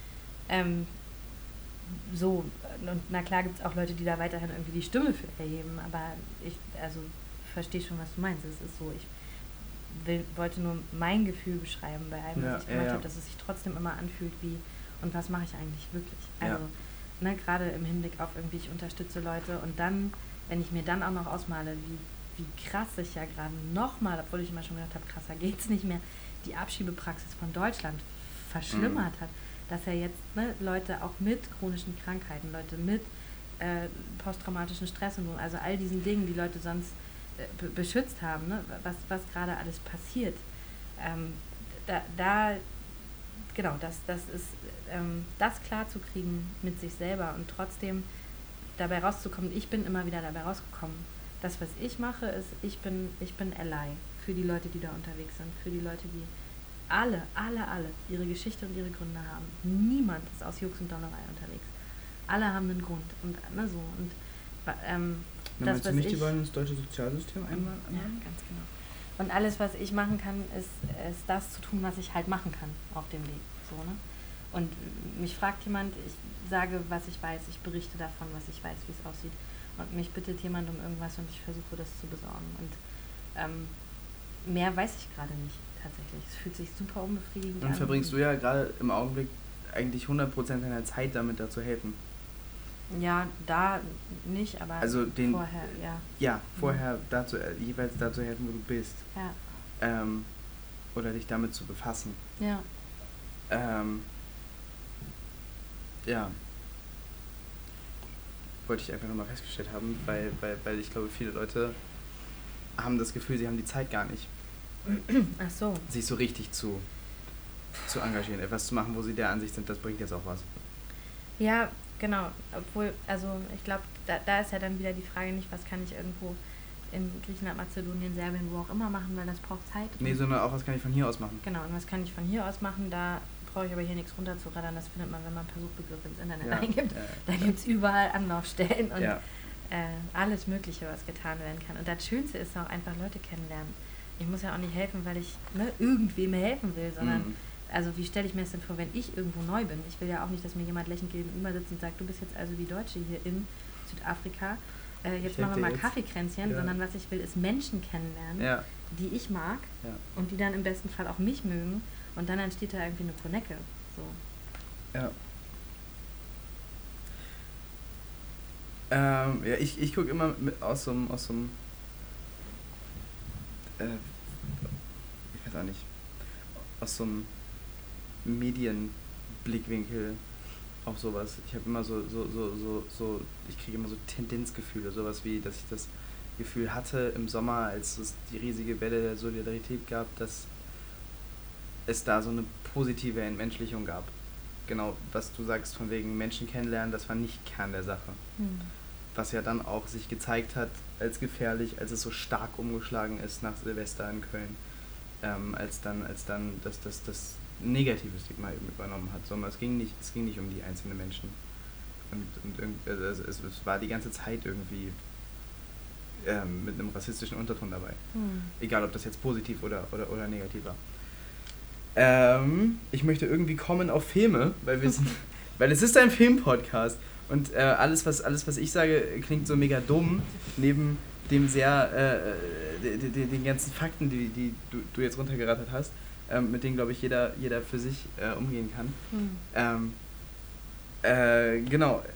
Und na klar gibt es auch Leute, die da weiterhin irgendwie die Stimme für erheben, aber ich verstehe schon, was du meinst. Es ist so, ich wollte nur mein Gefühl beschreiben bei allem, was ich gemacht habe, dass es sich trotzdem immer anfühlt wie, und was mache ich eigentlich wirklich? Also, gerade im Hinblick auf irgendwie, ich unterstütze Leute und dann, wenn ich mir dann auch noch ausmale, wie krass sich ja gerade nochmal, obwohl ich immer schon gedacht habe, krasser geht's nicht mehr, die Abschiebepraxis von Deutschland verschlimmert hat, dass ja jetzt Leute auch mit chronischen Krankheiten, Leute mit posttraumatischen Stresssyndrom, also all diesen Dingen, die Leute sonst beschützt haben, ne? was gerade alles passiert. Das ist das klar zu kriegen mit sich selber und trotzdem dabei rauszukommen. Ich bin immer wieder dabei rausgekommen. Das, was ich mache, ist, ich bin Ally für die Leute, die da unterwegs sind, für die Leute, die alle ihre Geschichte und ihre Gründe haben. Niemand ist aus Jux und Dollerei unterwegs. Alle haben einen Grund und so und meinst du nicht, die wollen ins deutsche Sozialsystem einmal? Ja, ganz genau. Und alles, was ich machen kann, ist das zu tun, was ich halt machen kann auf dem Weg. So, ne? Und mich fragt jemand, ich sage, was ich weiß, ich berichte davon, was ich weiß, wie es aussieht. Und mich bittet jemand um irgendwas und ich versuche, das zu besorgen. Und mehr weiß ich gerade nicht, tatsächlich. Es fühlt sich super unbefriedigend an. Und verbringst du ja gerade im Augenblick eigentlich 100% deiner Zeit damit, da zu helfen. Ja, da nicht, aber also vorher, ja. Ja, vorher jeweils dazu helfen, wo du bist. Ja. Oder dich damit zu befassen. Ja. Ja. wollte ich einfach nochmal festgestellt haben, weil ich glaube, viele Leute haben das Gefühl, sie haben die Zeit gar nicht, Ach so. sich so richtig zu engagieren, etwas zu machen, wo sie der Ansicht sind, das bringt jetzt auch was. Ja, genau. Obwohl, also ich glaube, da ist ja dann wieder die Frage nicht, was kann ich irgendwo in Griechenland, Mazedonien, Serbien, wo auch immer machen, weil das braucht Zeit. Nee, sondern auch, was kann ich von hier aus machen? Genau, und was kann ich von hier aus machen, da brauche ich aber hier nichts runterzuraddern, das findet man, wenn man ein paar Suchbegriffe ins Internet eingibt. Da gibt es überall Anlaufstellen und alles Mögliche, was getan werden kann. Und das Schönste ist auch einfach Leute kennenlernen. Ich muss ja auch nicht helfen, weil ich irgendwem helfen will, sondern also wie stelle ich mir das denn vor, wenn ich irgendwo neu bin? Ich will ja auch nicht, dass mir jemand lächelnd gegenüber sitzt und sagt, du bist jetzt also die Deutsche hier in Südafrika, jetzt machen wir mal Kaffeekränzchen, sondern was ich will, ist Menschen kennenlernen, die ich mag und die dann im besten Fall auch mich mögen und dann entsteht da irgendwie eine Konecke. So. Ja. Ich gucke immer aus so einem ich weiß auch nicht, aus so einem Medienblickwinkel auf sowas. Ich habe immer ich kriege immer so Tendenzgefühle, sowas wie, dass ich das Gefühl hatte im Sommer, als es die riesige Welle der Solidarität gab, dass es da so eine positive Entmenschlichung gab. Genau, was du sagst von wegen Menschen kennenlernen, das war nicht Kern der Sache. Was ja dann auch sich gezeigt hat als gefährlich, als es so stark umgeschlagen ist nach Silvester in Köln, als dann das negative Stigma eben übernommen hat. Sondern es ging nicht um die einzelnen Menschen. Es war die ganze Zeit irgendwie mit einem rassistischen Unterton dabei. Egal, ob das jetzt positiv oder negativ war. Ich möchte irgendwie kommen auf Filme, weil es ist ein Filmpodcast und alles was ich sage, klingt so mega dumm, neben dem den ganzen Fakten, die du jetzt runtergerattert hast, mit denen, glaube ich, jeder für sich umgehen kann. Genau.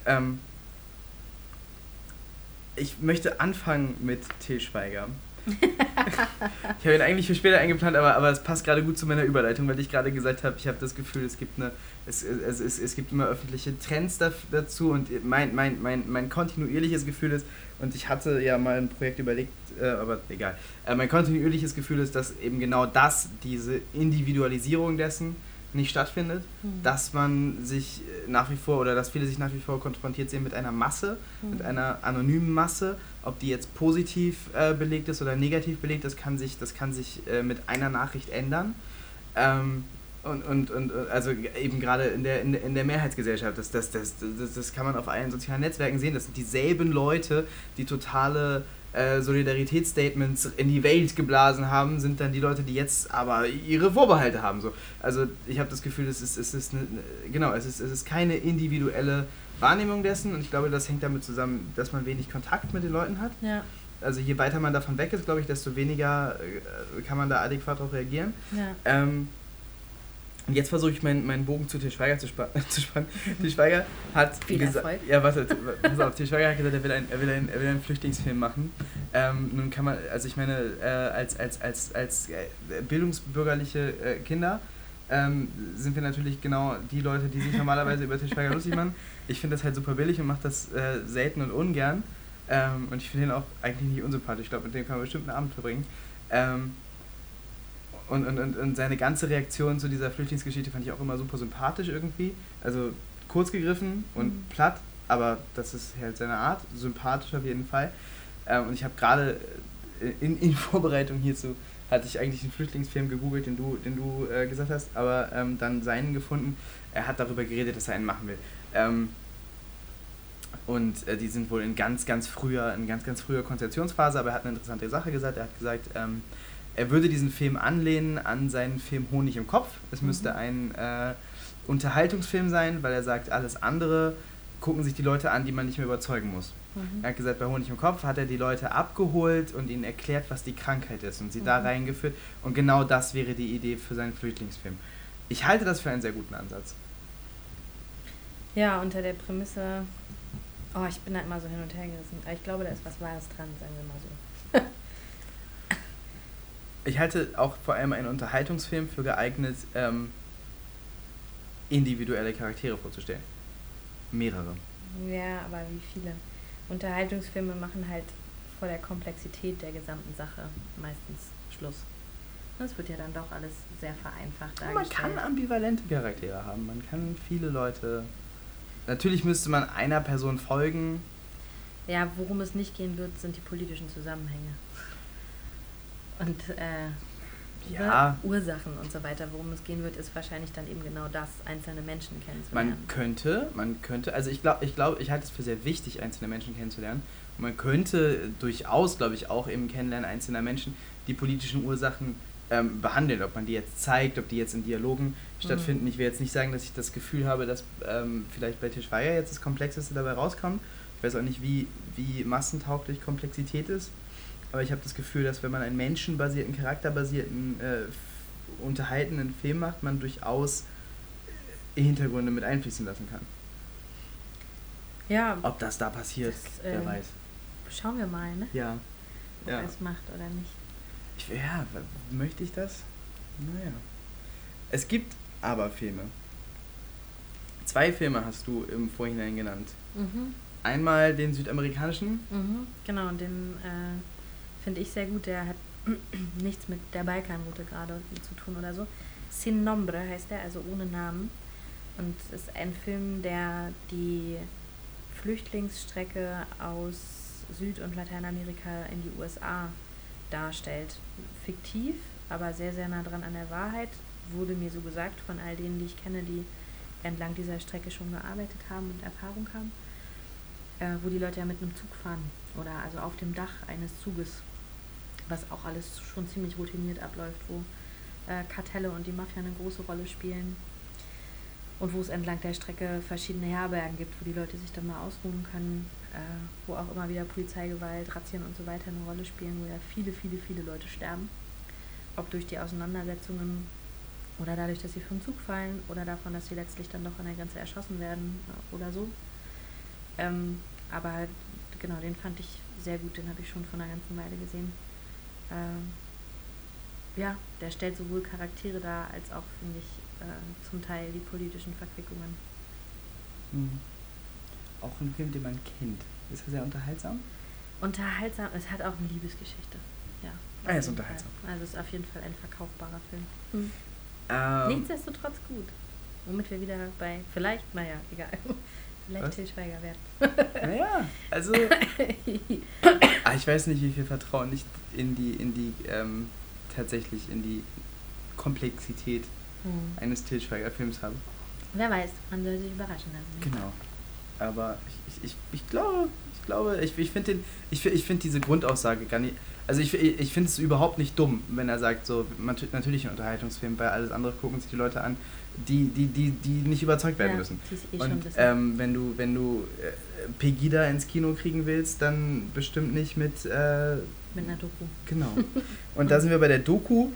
Ich möchte anfangen mit Til Schweiger. Ich habe ihn eigentlich für später eingeplant, aber es passt gerade gut zu meiner Überleitung, weil ich gerade gesagt habe, ich habe das Gefühl, es gibt immer öffentliche Trends dazu und mein kontinuierliches Gefühl ist, und ich hatte ja mal ein Projekt überlegt, aber egal, mein kontinuierliches Gefühl ist, dass eben genau diese Individualisierung dessen nicht stattfindet, dass man sich nach wie vor, oder dass viele sich nach wie vor konfrontiert sehen mit einer Masse, mit einer anonymen Masse, ob die jetzt positiv belegt ist oder negativ belegt, das kann sich mit einer Nachricht ändern. Und also eben gerade in der Mehrheitsgesellschaft, das kann man auf allen sozialen Netzwerken sehen, das sind dieselben Leute, die totale Solidaritätsstatements in die Welt geblasen haben, sind dann die Leute, die jetzt aber ihre Vorbehalte haben. So. Also ich habe das Gefühl, es ist keine individuelle Wahrnehmung dessen und ich glaube, das hängt damit zusammen, dass man wenig Kontakt mit den Leuten hat. Ja. Also je weiter man davon weg ist, glaube ich, desto weniger kann man da adäquat darauf reagieren. Ja. Und jetzt versuche ich meinen Bogen zu Til Schweiger zu spannen. Til Schweiger hat gesagt, pass auf, Til Schweiger hat gesagt, er will einen Flüchtlingsfilm machen. Nun kann man, also ich meine, als bildungsbürgerliche Kinder sind wir natürlich genau die Leute, die sich normalerweise über Til Schweiger lustig machen. Ich finde das halt super billig und mache das selten und ungern. Und ich finde ihn auch eigentlich nicht unsympathisch. Ich glaube, mit dem kann man bestimmt einen Abend verbringen. Und seine ganze Reaktion zu dieser Flüchtlingsgeschichte fand ich auch immer super sympathisch irgendwie. Also kurz gegriffen und platt, aber das ist halt seine Art. Sympathisch auf jeden Fall. Und ich habe gerade in Vorbereitung hierzu, hatte ich eigentlich einen Flüchtlingsfilm gegoogelt, den du gesagt hast, aber dann seinen gefunden. Er hat darüber geredet, dass er einen machen will. Und die sind wohl in ganz, ganz früher Konzeptionsphase, aber er hat eine interessante Sache gesagt. Er hat gesagt, er würde diesen Film anlehnen an seinen Film Honig im Kopf. Es müsste ein Unterhaltungsfilm sein, weil er sagt, alles andere gucken sich die Leute an, die man nicht mehr überzeugen muss. Er hat gesagt, bei Honig im Kopf hat er die Leute abgeholt und ihnen erklärt, was die Krankheit ist und sie da reingeführt. Und genau das wäre die Idee für seinen Flüchtlingsfilm. Ich halte das für einen sehr guten Ansatz. Ja, unter der Prämisse, ich bin da immer so hin und her gerissen. Aber ich glaube, da ist was Wahres dran, sagen wir mal so. Ich halte auch vor allem einen Unterhaltungsfilm für geeignet, individuelle Charaktere vorzustellen. Mehrere. Ja, aber wie viele? Unterhaltungsfilme machen halt vor der Komplexität der gesamten Sache meistens Schluss. Das wird ja dann doch alles sehr vereinfacht Man dargestellt. kann ambivalente Charaktere haben. Man kann viele Leute... Natürlich müsste man einer Person folgen. Ja, worum es nicht gehen wird, sind die politischen Zusammenhänge. Und Ja. Ursachen und so weiter. Worum es gehen wird, ist wahrscheinlich dann eben genau das, einzelne Menschen kennenzulernen. Man könnte, also ich halte es für sehr wichtig, einzelne Menschen kennenzulernen. Und man könnte durchaus, glaube ich, auch im Kennenlernen einzelner Menschen die politischen Ursachen behandeln. Ob man die jetzt zeigt, ob die jetzt in Dialogen stattfinden. Ich will jetzt nicht sagen, dass ich das Gefühl habe, dass vielleicht bei Til Schweiger jetzt das Komplexeste dabei rauskommt. Ich weiß auch nicht, wie massentauglich Komplexität ist. Aber ich habe das Gefühl, dass wenn man einen menschenbasierten, charakterbasierten, unterhaltenden Film macht, man durchaus Hintergründe mit einfließen lassen kann. Ja, Ob das da passiert, wer weiß. schauen wir mal, ne? Ja. Ob er es macht oder nicht. Möchte ich das? Naja. Es gibt aber Filme. 2 Filme hast du im Vorhinein genannt. Einmal den südamerikanischen. Genau, und den finde ich sehr gut. Der hat nichts mit der Balkanroute gerade zu tun oder so. Sin Nombre heißt der, also ohne Namen. Und ist ein Film, der die Flüchtlingsstrecke aus Süd- und Lateinamerika in die USA darstellt. Fiktiv, aber sehr, sehr nah dran an der Wahrheit, wurde mir so gesagt von all denen, die ich kenne, die entlang dieser Strecke schon gearbeitet haben und Erfahrung haben, wo die Leute ja mit einem Zug fahren oder also auf dem Dach eines Zuges, was auch alles schon ziemlich routiniert abläuft, wo Kartelle und die Mafia eine große Rolle spielen und wo es entlang der Strecke verschiedene Herbergen gibt, wo die Leute sich dann mal ausruhen können, wo auch immer wieder Polizeigewalt, Razzien und so weiter eine Rolle spielen, wo ja viele, viele, viele Leute sterben, ob durch die Auseinandersetzungen oder dadurch, dass sie vom Zug fallen oder davon, dass sie letztlich dann doch an der Grenze erschossen werden oder so. Aber halt, genau, den fand ich sehr gut, den habe ich schon vor einer ganzen Weile gesehen. Ja, der stellt sowohl Charaktere dar, als auch, finde ich, zum Teil die politischen Verquickungen. Auch ein Film, den man kennt. Ist er sehr unterhaltsam? Unterhaltsam, es hat auch eine Liebesgeschichte. Ja. Er ist unterhaltsam. Also es ist auf jeden Fall ein verkaufbarer Film. Nichtsdestotrotz gut. Womit wir wieder bei, vielleicht, naja, egal. Vielleicht Til Schweiger werden. Naja, also ich weiß nicht, wie viel Vertrauen ich tatsächlich in die Komplexität eines Til Schweiger Films habe. Wer weiß, man soll sich überraschen lassen. Genau. Aber ich glaube, ich finde diese Grundaussage gar nicht, also ich finde es überhaupt nicht dumm, wenn er sagt, so, natürlich ein Unterhaltungsfilm, weil alles andere gucken sich die Leute an, die nicht überzeugt werden müssen. Und wenn du Pegida ins Kino kriegen willst, dann bestimmt nicht mit einer Doku. Genau. Und da sind wir bei der Doku.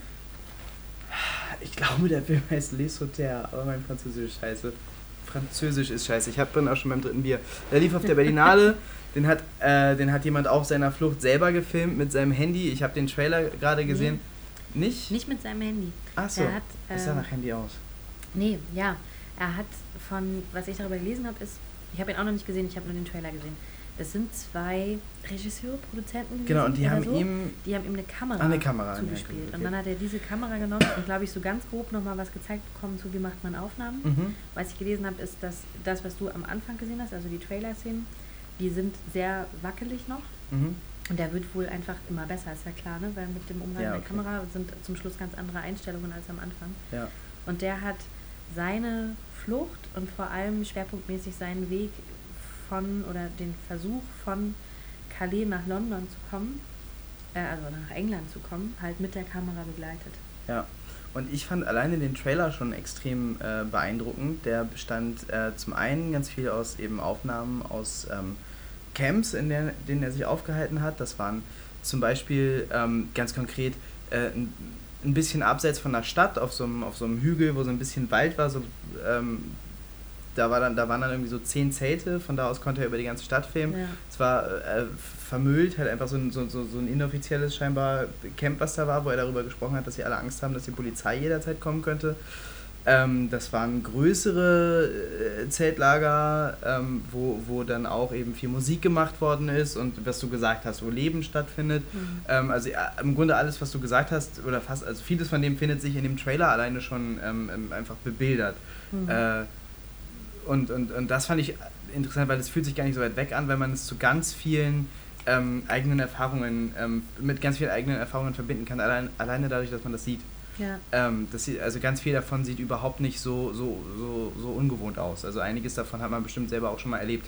Ich glaube, der Film heißt Les Sauteurs, aber mein Französisch ist scheiße. Französisch ist scheiße. Ich bin auch schon beim 3. Bier. Der lief auf der Berlinale. Den hat jemand auf seiner Flucht selber gefilmt mit seinem Handy. Ich habe den Trailer gerade gesehen. Nee. Nicht? Nicht mit seinem Handy. Ach so. Es sah nach Handy aus. Nee, ja. Er hat was ich darüber gelesen habe, ist, ich habe ihn auch noch nicht gesehen, ich habe nur den Trailer gesehen. Es sind 2 Regisseure, Produzenten gewesen. Genau, und die haben ihm eine Kamera zugespielt. Okay. Und dann hat er diese Kamera genommen und, glaube ich, so ganz grob nochmal was gezeigt bekommen, zu wie macht man Aufnahmen. Was ich gelesen habe, ist, dass das, was du am Anfang gesehen hast, also die Trailer-Szenen, die sind sehr wackelig noch. Und der wird wohl einfach immer besser, ist ja klar, ne? Weil mit dem Umgang der Kamera sind zum Schluss ganz andere Einstellungen als am Anfang. Ja. Und der hat seine Flucht und vor allem schwerpunktmäßig seinen Weg oder den Versuch von Calais nach London zu kommen, also nach England zu kommen, halt mit der Kamera begleitet. Ja, und ich fand alleine den Trailer schon extrem beeindruckend. Der bestand zum einen ganz viel aus eben Aufnahmen aus Camps, in denen er sich aufgehalten hat. Das waren zum Beispiel ganz konkret ein bisschen abseits von der Stadt, auf so einem Hügel, wo so ein bisschen Wald war, so da waren dann irgendwie so 10 Zelte, von da aus konnte er über die ganze Stadt filmen. Ja. Es war vermüllt, halt einfach so ein inoffizielles scheinbar Camp, was da war, wo er darüber gesprochen hat, dass sie alle Angst haben, dass die Polizei jederzeit kommen könnte. Das waren größere Zeltlager, wo dann auch eben viel Musik gemacht worden ist und was du gesagt hast, wo Leben stattfindet. Also im Grunde alles, was du gesagt hast, oder fast, also vieles von dem findet sich in dem Trailer alleine schon einfach bebildert. Und das fand ich interessant, weil es fühlt sich gar nicht so weit weg an, weil man es zu ganz vielen eigenen Erfahrungen, mit ganz vielen eigenen Erfahrungen verbinden kann, alleine dadurch, dass man das sieht. Ja. Also ganz viel davon sieht überhaupt nicht so ungewohnt aus. Also einiges davon hat man bestimmt selber auch schon mal erlebt.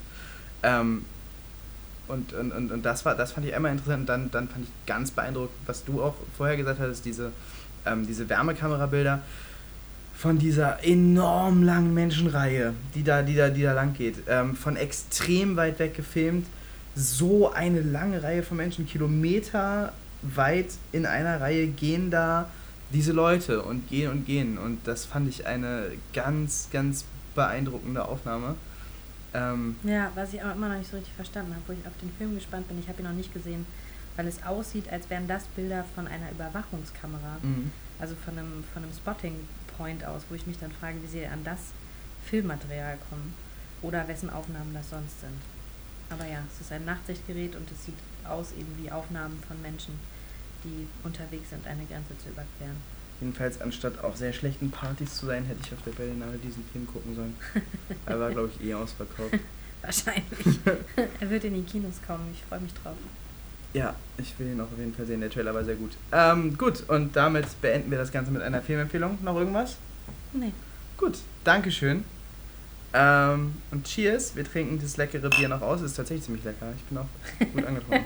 Und das fand ich einmal interessant. Und dann fand ich ganz beeindruckend, was du auch vorher gesagt hattest, diese Wärmekamerabilder von dieser enorm langen Menschenreihe, die da lang geht. Von extrem weit weg gefilmt. So eine lange Reihe von Menschen, Kilometer weit in einer Reihe gehen da diese Leute und gehen. Und das fand ich eine ganz, ganz beeindruckende Aufnahme. Ja, was ich aber immer noch nicht so richtig verstanden habe, wo ich auf den Film gespannt bin, ich habe ihn noch nicht gesehen, weil es aussieht, als wären das Bilder von einer Überwachungskamera. Also von einem Spotting-Point aus, wo ich mich dann frage, wie sie an das Filmmaterial kommen oder wessen Aufnahmen das sonst sind. Aber ja, es ist ein Nachtsichtgerät und es sieht aus eben wie Aufnahmen von Menschen, die unterwegs sind, eine Grenze zu überqueren. Jedenfalls, anstatt auf sehr schlechten Partys zu sein, hätte ich auf der Berlinale diesen Film gucken sollen. Er war, glaube ich, ausverkauft. Wahrscheinlich. Er wird in die Kinos kommen, ich freue mich drauf. Ja, ich will ihn auch auf jeden Fall sehen, der Trailer war sehr gut. Gut, und damit beenden wir das Ganze mit einer Filmempfehlung. Noch irgendwas? Nee. Gut, Dankeschön. Und cheers, wir trinken das leckere Bier noch aus, ist tatsächlich ziemlich lecker, ich bin auch gut angetrunken.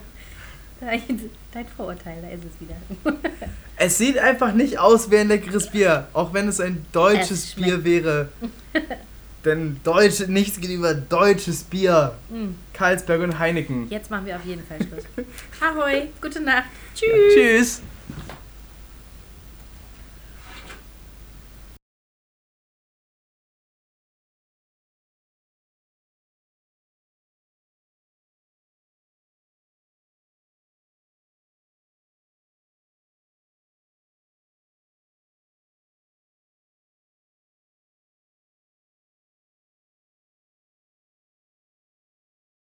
Dein Vorurteil, da ist es wieder. Es sieht einfach nicht aus wie ein leckeres Bier, auch wenn es ein deutsches Bier wäre. Denn nichts geht über deutsches Bier. Carlsberg und Heineken. Jetzt machen wir auf jeden Fall Schluss. Ahoi, gute Nacht. Tschüss. Ja, tschüss.